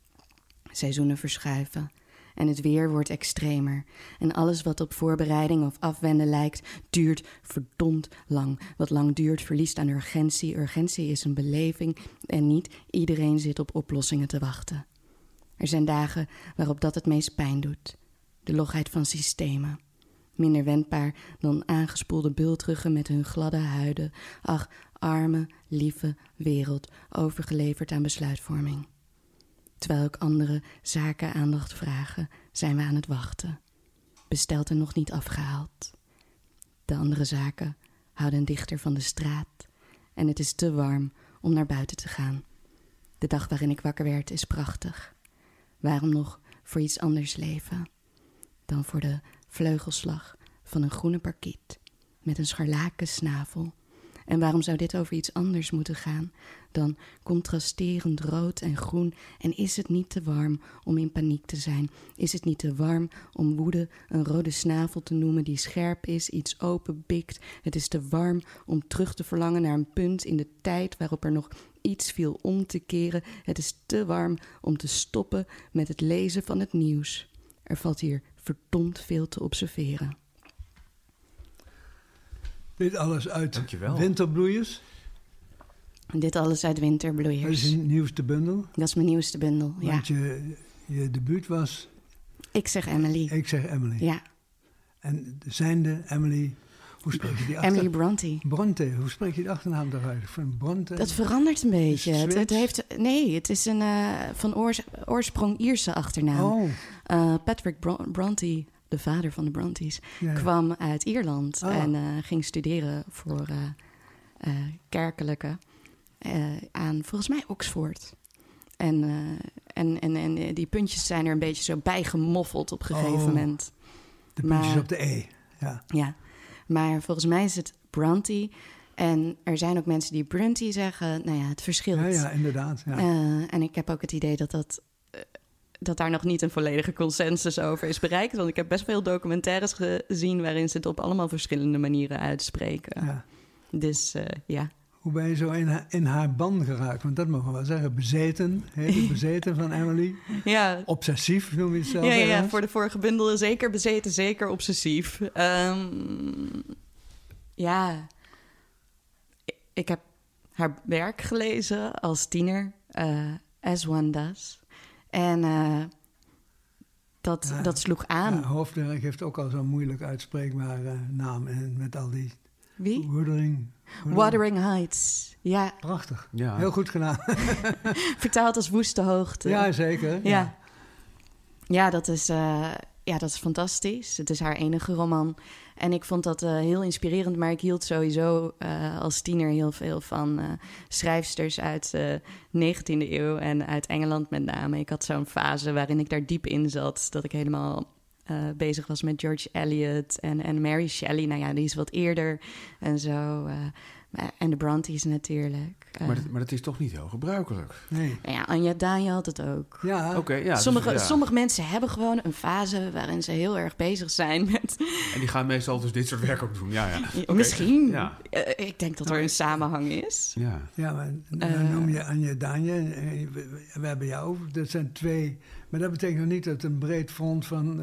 Seizoenen verschuiven en het weer wordt extremer. En alles wat op voorbereiding of afwenden lijkt, duurt verdomd lang. Wat lang duurt, verliest aan urgentie. Urgentie is een beleving en niet iedereen zit op oplossingen te wachten. Er zijn dagen waarop dat het meest pijn doet. De logheid van systemen. Minder wendbaar dan aangespoelde bultruggen met hun gladde huiden. Ach, arme, lieve wereld, overgeleverd aan besluitvorming. Terwijl ook andere zaken aandacht vragen, zijn we aan het wachten. Besteld en nog niet afgehaald. De andere zaken houden een dichter van de straat. En het is te warm om naar buiten te gaan. De dag waarin ik wakker werd is prachtig. Waarom nog voor iets anders leven dan voor de vleugelslag van een groene parkiet met een scharlaken snavel. En waarom zou dit over iets anders moeten gaan dan contrasterend rood en groen? En is het niet te warm om in paniek te zijn? Is het niet te warm om woede een rode snavel te noemen die scherp is, iets openbikt? Het is te warm om terug te verlangen naar een punt in de tijd waarop er nog iets viel om te keren. Het is te warm om te stoppen met het lezen van het nieuws. Er valt hier verdomd veel te observeren. Dit alles uit Dankjewel. Winterbloeiers. Dit alles uit Winterbloeiers. Dat is je nieuwste bundel. Dat is mijn nieuwste bundel, ja. Want je debuut was... Ik zeg Emily. Ik zeg Emily. Ja. En zijnde Emily... Hoe spreek je die achter? Emily Bronte. Bronte. Hoe spreek je de achternaam eruit? Van Bronte? Dat verandert een beetje. Is het Het is een van oorsprong Ierse achternaam. Oh. Patrick Bronte, de vader van de Brontes, Ja. kwam uit Ierland Oh. en ging studeren voor kerkelijke aan volgens mij Oxford. En die puntjes zijn er een beetje zo bij gemoffeld op een gegeven moment. De puntjes Maar- op de E. Ja. Ja, maar volgens mij is het Bronte. En er zijn ook mensen die Bronte zeggen. Nou ja, het verschilt. Ja, inderdaad. Ja. En ik heb ook het idee dat daar nog niet een volledige consensus over is bereikt. Want ik heb best veel documentaires gezien waarin ze het op allemaal verschillende manieren uitspreken. Ja. Dus ja. Hoe ben je zo in haar ban geraakt? Want dat mogen we wel zeggen. Bezeten. Hele bezeten van Emily. Ja. Obsessief noem je het zelf. Ja, ergens. voor de vorige bundel zeker bezeten, zeker obsessief. Ja, ik heb haar werk gelezen als tiener, As One Does. En dat sloeg aan. Ja, Hoofdwerk heeft ook al zo'n moeilijk uitspreekbare naam. En met al die... Wie? Wuthering Heights. Ja, Prachtig. Ja. Heel goed gedaan. vertaald als Woeste Hoogte. Ja, zeker. Ja, dat is fantastisch. Het is haar enige roman. En ik vond dat heel inspirerend. Maar ik hield sowieso als tiener heel veel van schrijfsters uit de 19e eeuw. En uit Engeland met name. Ik had zo'n fase waarin ik daar diep in zat. Dat ik helemaal bezig was met George Eliot en Mary Shelley. Nou ja, die is wat eerder en zo. En de Brontes natuurlijk. Maar dat is toch niet heel gebruikelijk? Nee. Ja, Anja Danje had het ook. Ja. Oké, ja. Sommige mensen hebben gewoon een fase waarin ze heel erg bezig zijn met... En die gaan meestal dus dit soort werk ook doen. Ja. Okay. Misschien. Ja. Ik denk dat er een samenhang is. Ja. Ja, maar dan noem je Anja Danje. We hebben jou. Dat zijn twee. Maar dat betekent nog niet dat een breed front van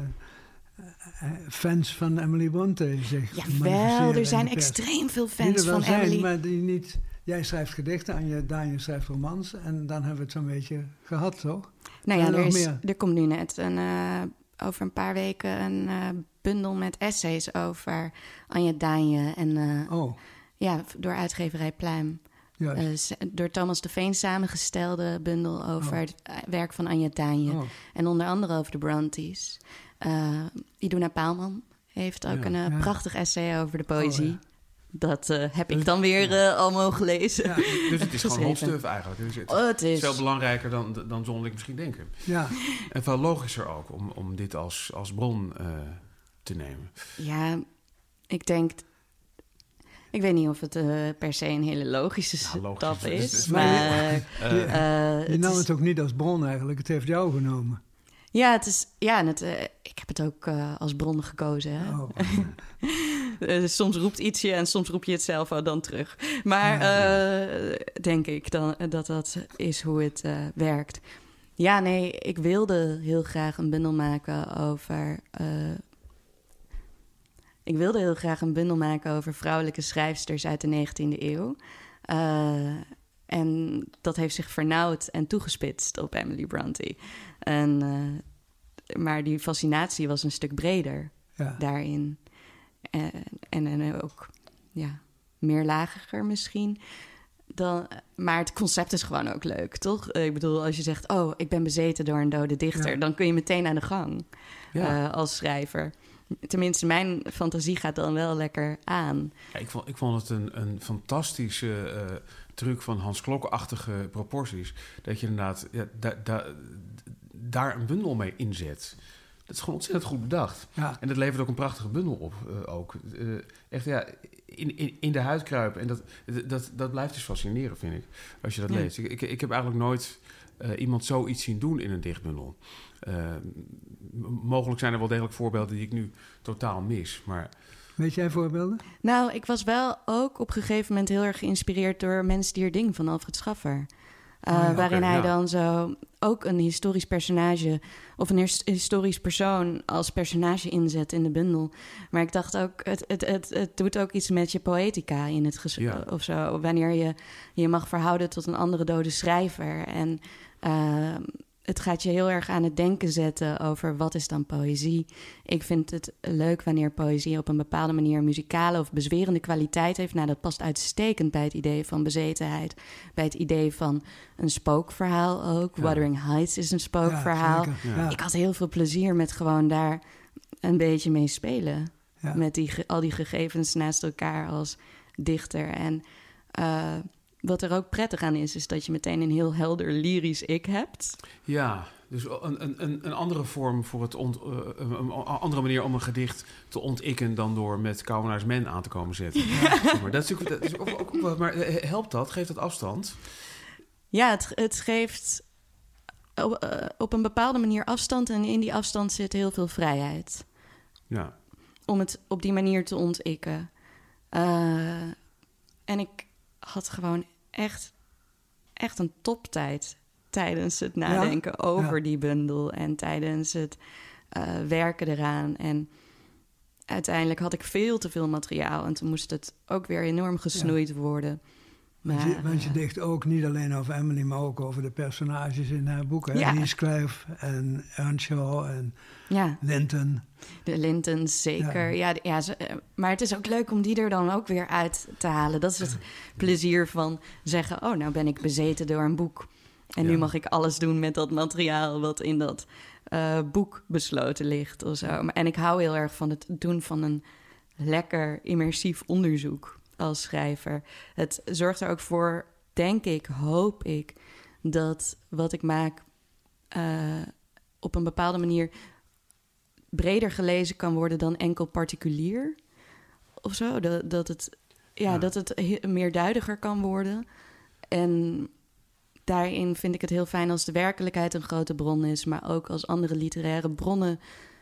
fans van Emily Bronte zich Jawel, er zijn extreem veel fans van zijn, Emily. Maar die niet... Jij schrijft gedichten, Anja Danje schrijft romans. En dan hebben we het zo'n beetje gehad, toch? Nou ja, nog meer? er komt nu net over een paar weken een bundel met essays over Anja Danje. En ja, door uitgeverij Pluim. Door Thomas de Veen samengestelde bundel over het werk van Anja Danje. En onder andere over de Brontes. Iduna Paalman heeft ook een prachtig essay over de poëzie. Ja. Dat heb ik dan weer al mogen lezen. Ja, dus het is gewoon hot stuff eigenlijk. Dus het is veel belangrijker dan zonderling misschien denken. Ja. En veel logischer ook om dit als bron te nemen. Ja, ik denk... Ik weet niet of het per se een hele logische stap is. Maar je nam het ook niet als bron eigenlijk. Het heeft jou genomen. Ja, het is, ik heb het ook als bron gekozen. Hè? Soms roept iets je en soms roep je het zelf dan terug. Maar denk ik dan, dat is hoe het werkt. Ja, nee, ik wilde heel graag een bundel maken over... Ik wilde heel graag een bundel maken over vrouwelijke schrijfsters uit de 19e eeuw. En dat heeft zich vernauwd en toegespitst op Emily Bronte. Maar die fascinatie was een stuk breder daarin. En ook meerlagiger misschien. Maar het concept is gewoon ook leuk, toch? Ik bedoel, als je zegt... ik ben bezeten door een dode dichter... dan kun je meteen aan de gang als schrijver. Tenminste, mijn fantasie gaat dan wel lekker aan. Ja, ik vond het een fantastische truc van Hans Klok-achtige proporties. Dat je inderdaad daar een bundel mee inzet. Dat is gewoon ontzettend goed bedacht. Ja. En dat levert ook een prachtige bundel op. Echt, ja, in de huid kruipen. En dat blijft dus fascineren, vind ik, als je dat leest. Ik heb eigenlijk nooit iemand zoiets zien doen in een dichtbundel. Mogelijk zijn er wel degelijk voorbeelden die ik nu totaal mis, maar... Weet jij voorbeelden? Nou, ik was wel ook op een gegeven moment heel erg geïnspireerd door Mens, Dier, Ding van Alfred Schaffer. Waarin hij dan zo ook een historisch personage of een historisch persoon als personage inzet in de bundel. Maar ik dacht ook, het doet ook iets met je poëtica in het of zo. Wanneer je mag verhouden tot een andere dode schrijver. En het gaat je heel erg aan het denken zetten over wat is dan poëzie. Ik vind het leuk wanneer poëzie op een bepaalde manier muzikale of bezwerende kwaliteit heeft. Nou, dat past uitstekend bij het idee van bezetenheid. Bij het idee van een spookverhaal ook. Ja. Wuthering Heights is een spookverhaal. Ja. Ik had heel veel plezier met gewoon daar een beetje mee spelen. Ja. Met al die gegevens naast elkaar als dichter. En wat er ook prettig aan is dat je meteen een heel helder lyrisch ik hebt. Ja, dus een andere vorm voor een andere manier om een gedicht te ontikken dan door met Kouwenaars Men aan te komen zetten. Ja. Maar helpt dat? Geeft dat afstand? Ja, het geeft op een bepaalde manier afstand en in die afstand zit heel veel vrijheid. Ja. Om het op die manier te ontikken. En ik had gewoon echt een toptijd tijdens het nadenken over die bundel en tijdens het werken eraan. En uiteindelijk had ik veel te veel materiaal en toen moest het ook weer enorm gesnoeid worden. Maar, want je dicht ook niet alleen over Emily, maar ook over de personages in haar boek. Hè? Heathcliff en Earnshaw en Linton. De Lintons, zeker. Maar het is ook leuk om die er dan ook weer uit te halen. Dat is het plezier van zeggen, oh, nou ben ik bezeten door een boek. En nu mag ik alles doen met dat materiaal wat in dat boek besloten ligt. Of zo. En ik hou heel erg van het doen van een lekker immersief onderzoek als schrijver. Het zorgt er ook voor, denk ik, hoop ik, dat wat ik maak op een bepaalde manier breder gelezen kan worden dan enkel particulier of zo. Dat het meerduidiger kan worden. En daarin vind ik het heel fijn als de werkelijkheid een grote bron is, maar ook als andere literaire bronnen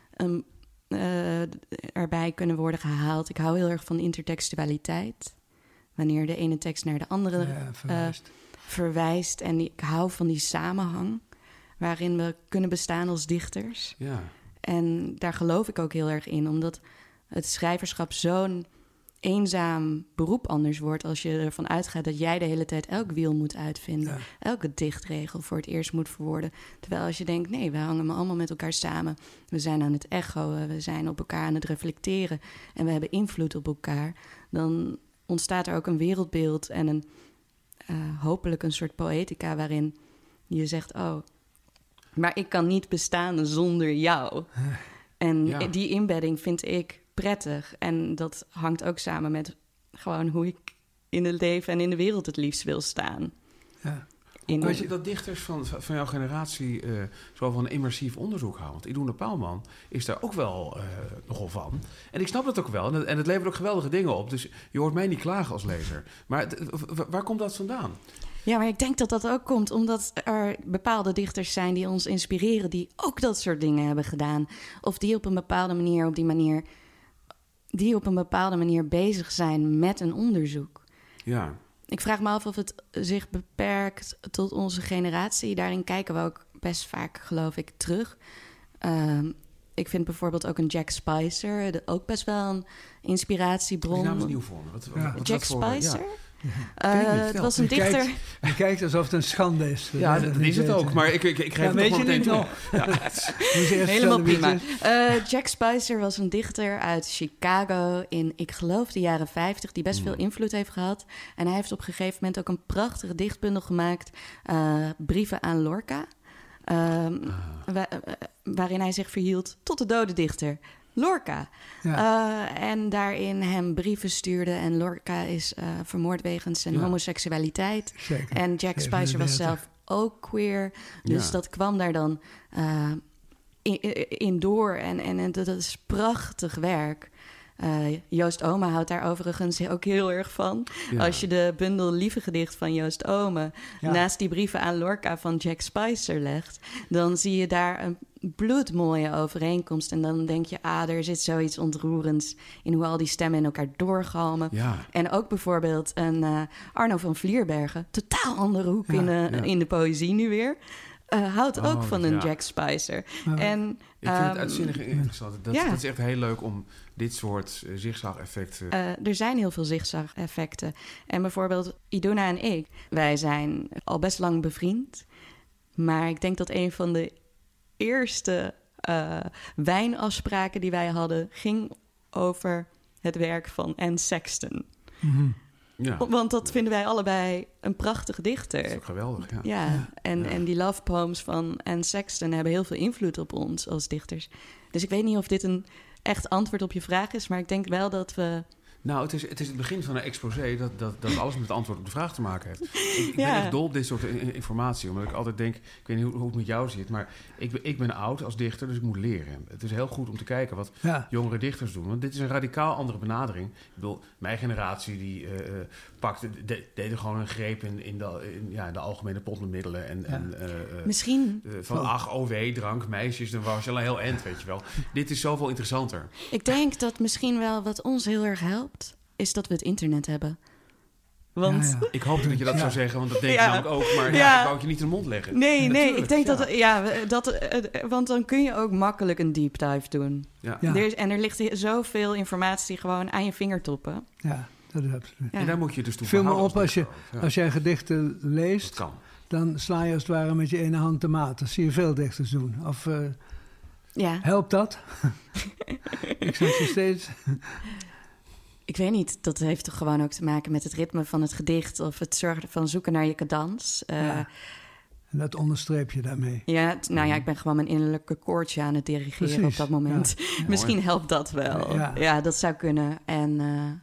erbij kunnen worden gehaald. Ik hou heel erg van intertextualiteit. Wanneer de ene tekst naar de andere verwijst. En ik hou van die samenhang waarin we kunnen bestaan als dichters. Ja. En daar geloof ik ook heel erg in, omdat het schrijverschap zo'n eenzaam beroep anders wordt als je ervan uitgaat dat jij de hele tijd elk wiel moet uitvinden. Ja. Elke dichtregel voor het eerst moet verwoorden. Terwijl als je denkt, nee, we hangen allemaal met elkaar samen. We zijn aan het echoen, we zijn op elkaar aan het reflecteren en we hebben invloed op elkaar. Dan ontstaat er ook een wereldbeeld en hopelijk een soort poëtica waarin je zegt, oh, maar ik kan niet bestaan zonder jou. En die inbedding vind ik prettig. En dat hangt ook samen met gewoon hoe ik in het leven en in de wereld het liefst wil staan. Ja. Weet je dat dichters van jouw generatie zo van een immersief onderzoek houden? Want Idoene Paalman is daar ook wel nogal van. En ik snap dat ook wel. En het levert ook geweldige dingen op. Dus je hoort mij niet klagen als lezer. Maar waar komt dat vandaan? Ja, maar ik denk dat dat ook komt omdat er bepaalde dichters zijn die ons inspireren, die ook dat soort dingen hebben gedaan. Of die op een bepaalde manier bezig zijn met een onderzoek. Ja. Ik vraag me af of het zich beperkt tot onze generatie. Daarin kijken we ook best vaak, geloof ik, terug. Ik vind bijvoorbeeld ook een Jack Spicer ook best wel een inspiratiebron. Die naam is nieuw voor me. Wat Jack Spicer? Het was een dichter. Je kijkt alsof het een schande is. Ja, dat is het ook. Maar ik geef het toch meteen toe. Helemaal prima. Jack Spicer was een dichter uit Chicago in, ik geloof, de jaren 50... die best veel invloed heeft gehad. En hij heeft op een gegeven moment ook een prachtige dichtbundel gemaakt. Brieven aan Lorca. Waarin hij zich verhield tot de dode dichter Lorca. Ja. En daarin hem brieven stuurde. En Lorca is vermoord wegens zijn homoseksualiteit. Zeker. En Jack Spicer was zelf ook queer. Dus dat kwam daar dan in door. En dat is prachtig werk. Joost Ome houdt daar overigens ook heel erg van. Ja. Als je de bundel Lieve Gedicht van Joost Ome naast die brieven aan Lorca van Jack Spicer legt, dan zie je daar een bloedmooie overeenkomst. En dan denk je, er zit zoiets ontroerends in hoe al die stemmen in elkaar doorgalmen. Ja. En ook bijvoorbeeld een Arno van Vlierbergen, totaal andere hoek in de poëzie nu weer. Houdt ook van een Jack Spicer. En, ik vind het uitzinnig interessant. Dat is echt heel leuk om dit soort zigzag-effecten... er zijn heel veel zigzag-effecten. En bijvoorbeeld Iduna en ik, wij zijn al best lang bevriend. Maar ik denk dat een van de eerste wijnafspraken die wij hadden ging over het werk van Anne Sexton. Mm-hmm. Ja. Want dat vinden wij allebei een prachtige dichter. Dat is ook geweldig, En die love poems van Anne Sexton hebben heel veel invloed op ons als dichters. Dus ik weet niet of dit een echt antwoord op je vraag is, maar ik denk wel dat we... Nou, het is het begin van een exposé dat alles met het antwoord op de vraag te maken heeft. Ik ben echt dol op dit soort informatie, omdat ik altijd denk... Ik weet niet hoe het met jou zit, maar ik ben oud als dichter, dus ik moet leren. Het is heel goed om te kijken wat jongere dichters doen. Want dit is een radicaal andere benadering. Ik bedoel, mijn generatie die deed gewoon een greep in de algemene pot met middelen. Misschien. Van drank, meisjes, dan was je al een heel eind, weet je wel. Dit is zoveel interessanter. Ik denk dat misschien wel wat ons heel erg helpt, is dat we het internet hebben. Want... Ik hoopte dat je dat zou zeggen, want dat denk ik namelijk ook. Maar ik wou het je niet in de mond leggen. Nee, ik denk want dan kun je ook makkelijk een deep dive doen. Ja. Er ligt zoveel informatie gewoon aan je vingertoppen. Ja, dat is absoluut. Ja. En daar moet je dus toe veel me op als jij gedichten leest, dan sla je als het ware met je ene hand de maat. Dat zie je veel dichters doen. Of helpt dat? Ik zeg je steeds... Ik weet niet, dat heeft toch gewoon ook te maken met het ritme van het gedicht of het zorgen van zoeken naar je cadans. En dat onderstreep je daarmee. Ja, ik ben gewoon mijn innerlijke koordje aan het dirigeren op dat moment. Ja. Misschien helpt dat wel. Ja, dat zou kunnen. En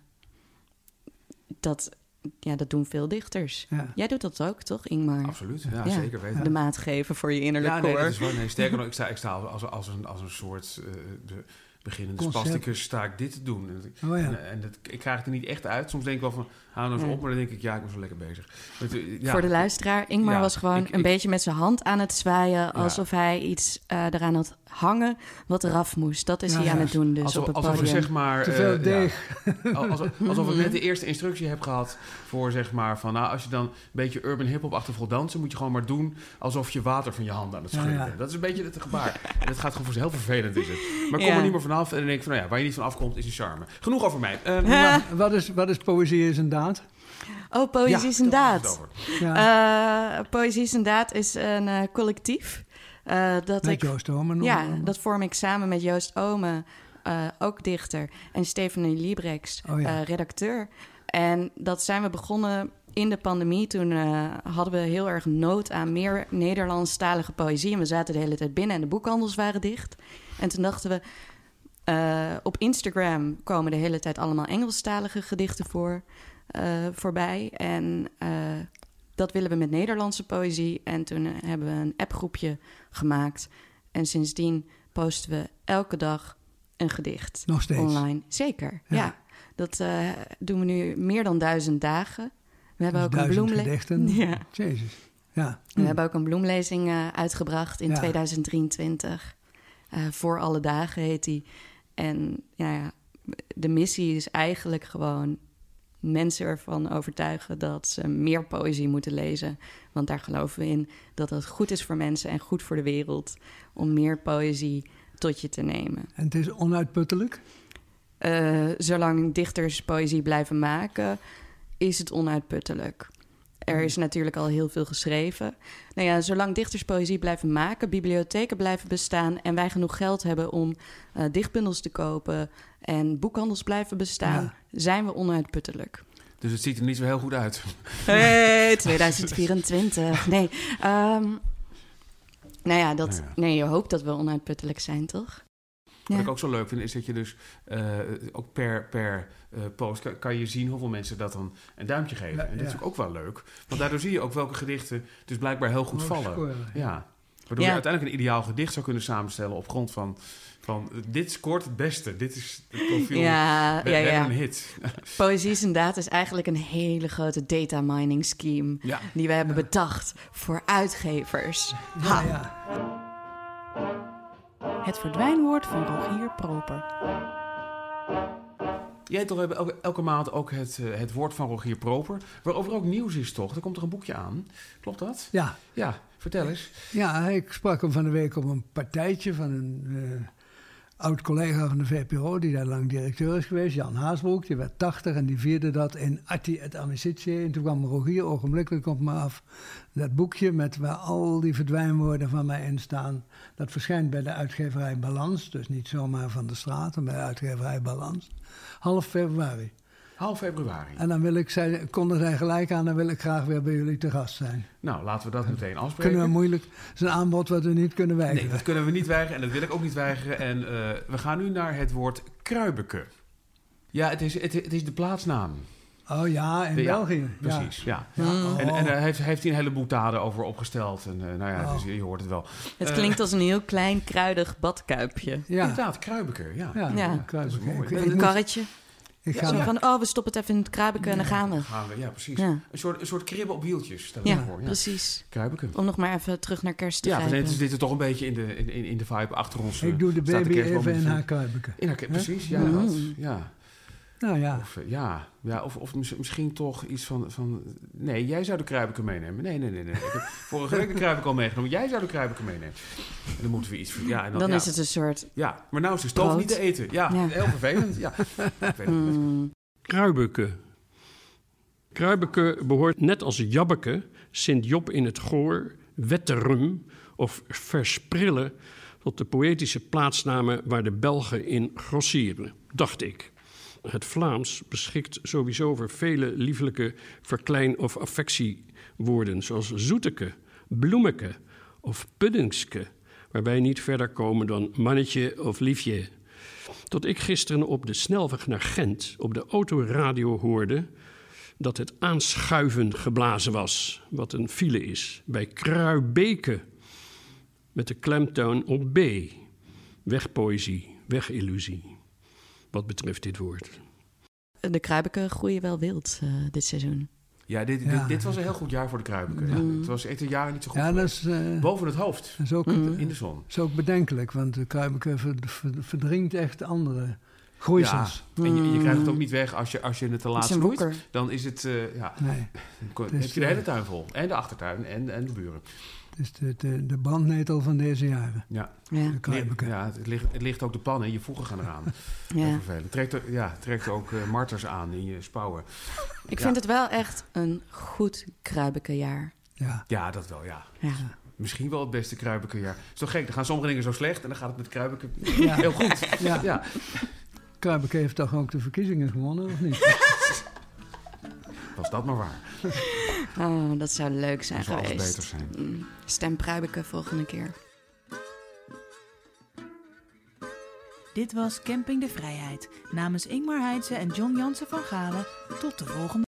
dat doen veel dichters. Ja. Jij doet dat ook, toch, Ingmar? Absoluut, zeker weten. De maat geven voor je innerlijke koor. Dat is wel, sterker nog, ik sta als een soort... beginnende spasticus sta ik dit te doen. Ik krijg het er niet echt uit. Soms denk ik wel van, hou nou eens op. Maar dan denk ik, ik ben zo lekker bezig. Voor de luisteraar, Ingmar was gewoon een beetje met zijn hand aan het zwaaien... alsof hij iets eraan had hangen wat eraf moest. Dat is hij aan het doen, dus op het podium. Alsof zeg maar... Te veel deeg. Alsof ik net de eerste instructie heb gehad voor zeg maar van... als je dan een beetje urban hip-hop achtig wil dansen... moet je gewoon maar doen alsof je water van je hand aan het schudden bent. Dat is een beetje het gebaar. En dat gaat gewoon heel vervelend, is het. Maar kom er niet meer vanaf en dan denk ik van... waar je niet van afkomt, is een charme. Genoeg over mij. Wat is poëzie is een daad? Oh, Poëzie is een daad. Poëzie is een daad is een collectief. Joost Ome. Dat vorm ik samen met Joost Ome, ook dichter. En Stephanie Liebrechts, redacteur. En dat zijn we begonnen in de pandemie. Toen hadden we heel erg nood aan meer Nederlandstalige poëzie. En we zaten de hele tijd binnen en de boekhandels waren dicht. En toen dachten we... op Instagram komen de hele tijd allemaal Engelstalige gedichten voorbij. En dat willen we met Nederlandse poëzie. En toen hebben we een appgroepje gemaakt. En sindsdien posten we elke dag een gedicht. Nog steeds? Online. Zeker, ja. Dat doen we nu meer dan 1000 dagen. We hebben ook 1000 gedichten? Ja. Jezus, ja. We hebben ook een bloemlezing uitgebracht in 2023. Voor alle dagen heet die. En de missie is eigenlijk gewoon mensen ervan overtuigen dat ze meer poëzie moeten lezen. Want daar geloven we in dat het goed is voor mensen en goed voor de wereld om meer poëzie tot je te nemen. En het is onuitputtelijk? Zolang dichters poëzie blijven maken, is het onuitputtelijk. Er is natuurlijk al heel veel geschreven. Zolang dichters poëzie blijven maken, bibliotheken blijven bestaan... en wij genoeg geld hebben om dichtbundels te kopen... en boekhandels blijven bestaan, zijn we onuitputtelijk. Dus het ziet er niet zo heel goed uit. Hey, 2024. Nee. Nee, je hoopt dat we onuitputtelijk zijn, toch? Wat ik ook zo leuk vind, is dat je dus ook per post kan je zien hoeveel mensen dat dan een duimpje geven. En dat is ook wel leuk. Want daardoor zie je ook welke gedichten dus blijkbaar heel goed vallen. Scoren, Waardoor je uiteindelijk een ideaal gedicht zou kunnen samenstellen op grond van dit scoort het beste. Dit is het profiel. Een hit. Poëzie is inderdaad is eigenlijk een hele grote data mining scheme die we hebben bedacht voor uitgevers. Ja. Het verdwijnwoord van Rogier Proper. Jij toch elke maand ook het woord van Rogier Proper, waarover ook nieuws is toch? Er komt er een boekje aan. Klopt dat? Ja. Ja, vertel eens. Ja, ik sprak hem van de week op een partijtje van een oud-collega van de VPRO... die daar lang directeur is geweest, Jan Haasbroek. Die werd 80 en die vierde dat in Atti et Amicitia. En toen kwam Rogier ogenblikkelijk op me af. Dat boekje met waar al die verdwijnwoorden van mij in staan... dat verschijnt bij de uitgeverij Balans. Dus niet zomaar van de straat, maar bij de uitgeverij Balans. Half februari. En dan kondigde hij gelijk aan... dan wil ik graag weer bij jullie te gast zijn. Nou, laten we dat meteen afspreken. Kunnen we moeilijk... Het is een aanbod wat we niet kunnen weigeren. Nee, dat kunnen we niet weigeren en dat wil ik ook niet weigeren. En we gaan nu naar het woord Kruibeke. Ja, het is de plaatsnaam. Oh ja, in België. Precies, ja. En daar heeft hij een hele boetade over opgesteld. En dus je hoort het wel. Het klinkt als een heel klein, kruidig badkuipje. Ja. Inderdaad, Kruibeke, Kruibeke. Een karretje. Zo van, we stoppen het even in het Kruibeke en dan gaan we. Ja, precies. Ja. Een soort kribben op wieltjes. Stel Ja, voor. precies. Kruibeke. Om nog maar even terug naar kerst te grijpen. Ja, we zitten toch een beetje in de vibe achter ons. Ik doe de baby even in haar Kruibeke. Precies, ja. Ja. Nou ja. Of misschien toch iets van... Nee, jij zou de Kruibeke meenemen. Nee. Ik heb vorige week de Kruibeke al meegenomen. Jij zou de Kruibeke meenemen. En dan moeten we iets... Ja, en dan is het een soort... Ja, maar nou is de stoof niet te eten. Ja, heel vervelend. Ja. Kruibeke. Kruibeke behoort net als Jabbeke, Sint-Job in het Goor, Wetterum of Versprillen... tot de poëtische plaatsnamen waar de Belgen in grossieren, dacht ik. Het Vlaams beschikt sowieso over vele liefelijke verklein- of affectiewoorden... zoals zoeteke, bloemeke of puddingske... waarbij niet verder komen dan mannetje of liefje. Tot ik gisteren op de snelweg naar Gent op de autoradio hoorde... dat het aanschuiven geblazen was, wat een file is, bij Kruibeke... met de klemtoon op B. Wegpoëzie, wegillusie. Wat betreft dit woord. De Kruibeke groeien wel wild dit seizoen. Ja, dit was een heel goed jaar voor de Kruibeke. Ja. Het was echt een jaar niet zo goed geweest. Boven het hoofd, dat is ook, in de zon. Dat is ook bedenkelijk, want de Kruibeke verdringt echt andere groeisels. Ja, en je krijgt het ook niet weg als je het te laat snoeit. Dan is het... Nee. Dan heb je de hele tuin vol. En de achtertuin en de buren. Het is de brandnetel van deze jaren. Ja. De Kruibeke. Ja, het ligt ook de pan en je voegen gaan eraan. Ja. Vervelend. Trekt ook marters aan in je spouwen. Ik vind het wel echt een goed Kruibeke-jaar. Ja, dat wel, ja. Misschien wel het beste Kruibeke-jaar. Is toch gek? Dan gaan sommige dingen zo slecht en dan gaat het met Kruibeke heel goed. Ja. Kruibeke heeft toch ook de verkiezingen gewonnen, of niet? Was dat maar waar. Oh, dat zou leuk zijn geweest. Dat zou beter zijn. Stem Kruibeke volgende keer. Dit was Camping de Vrijheid. Namens Ingmar Heitse en John Jansen van Galen. Tot de volgende.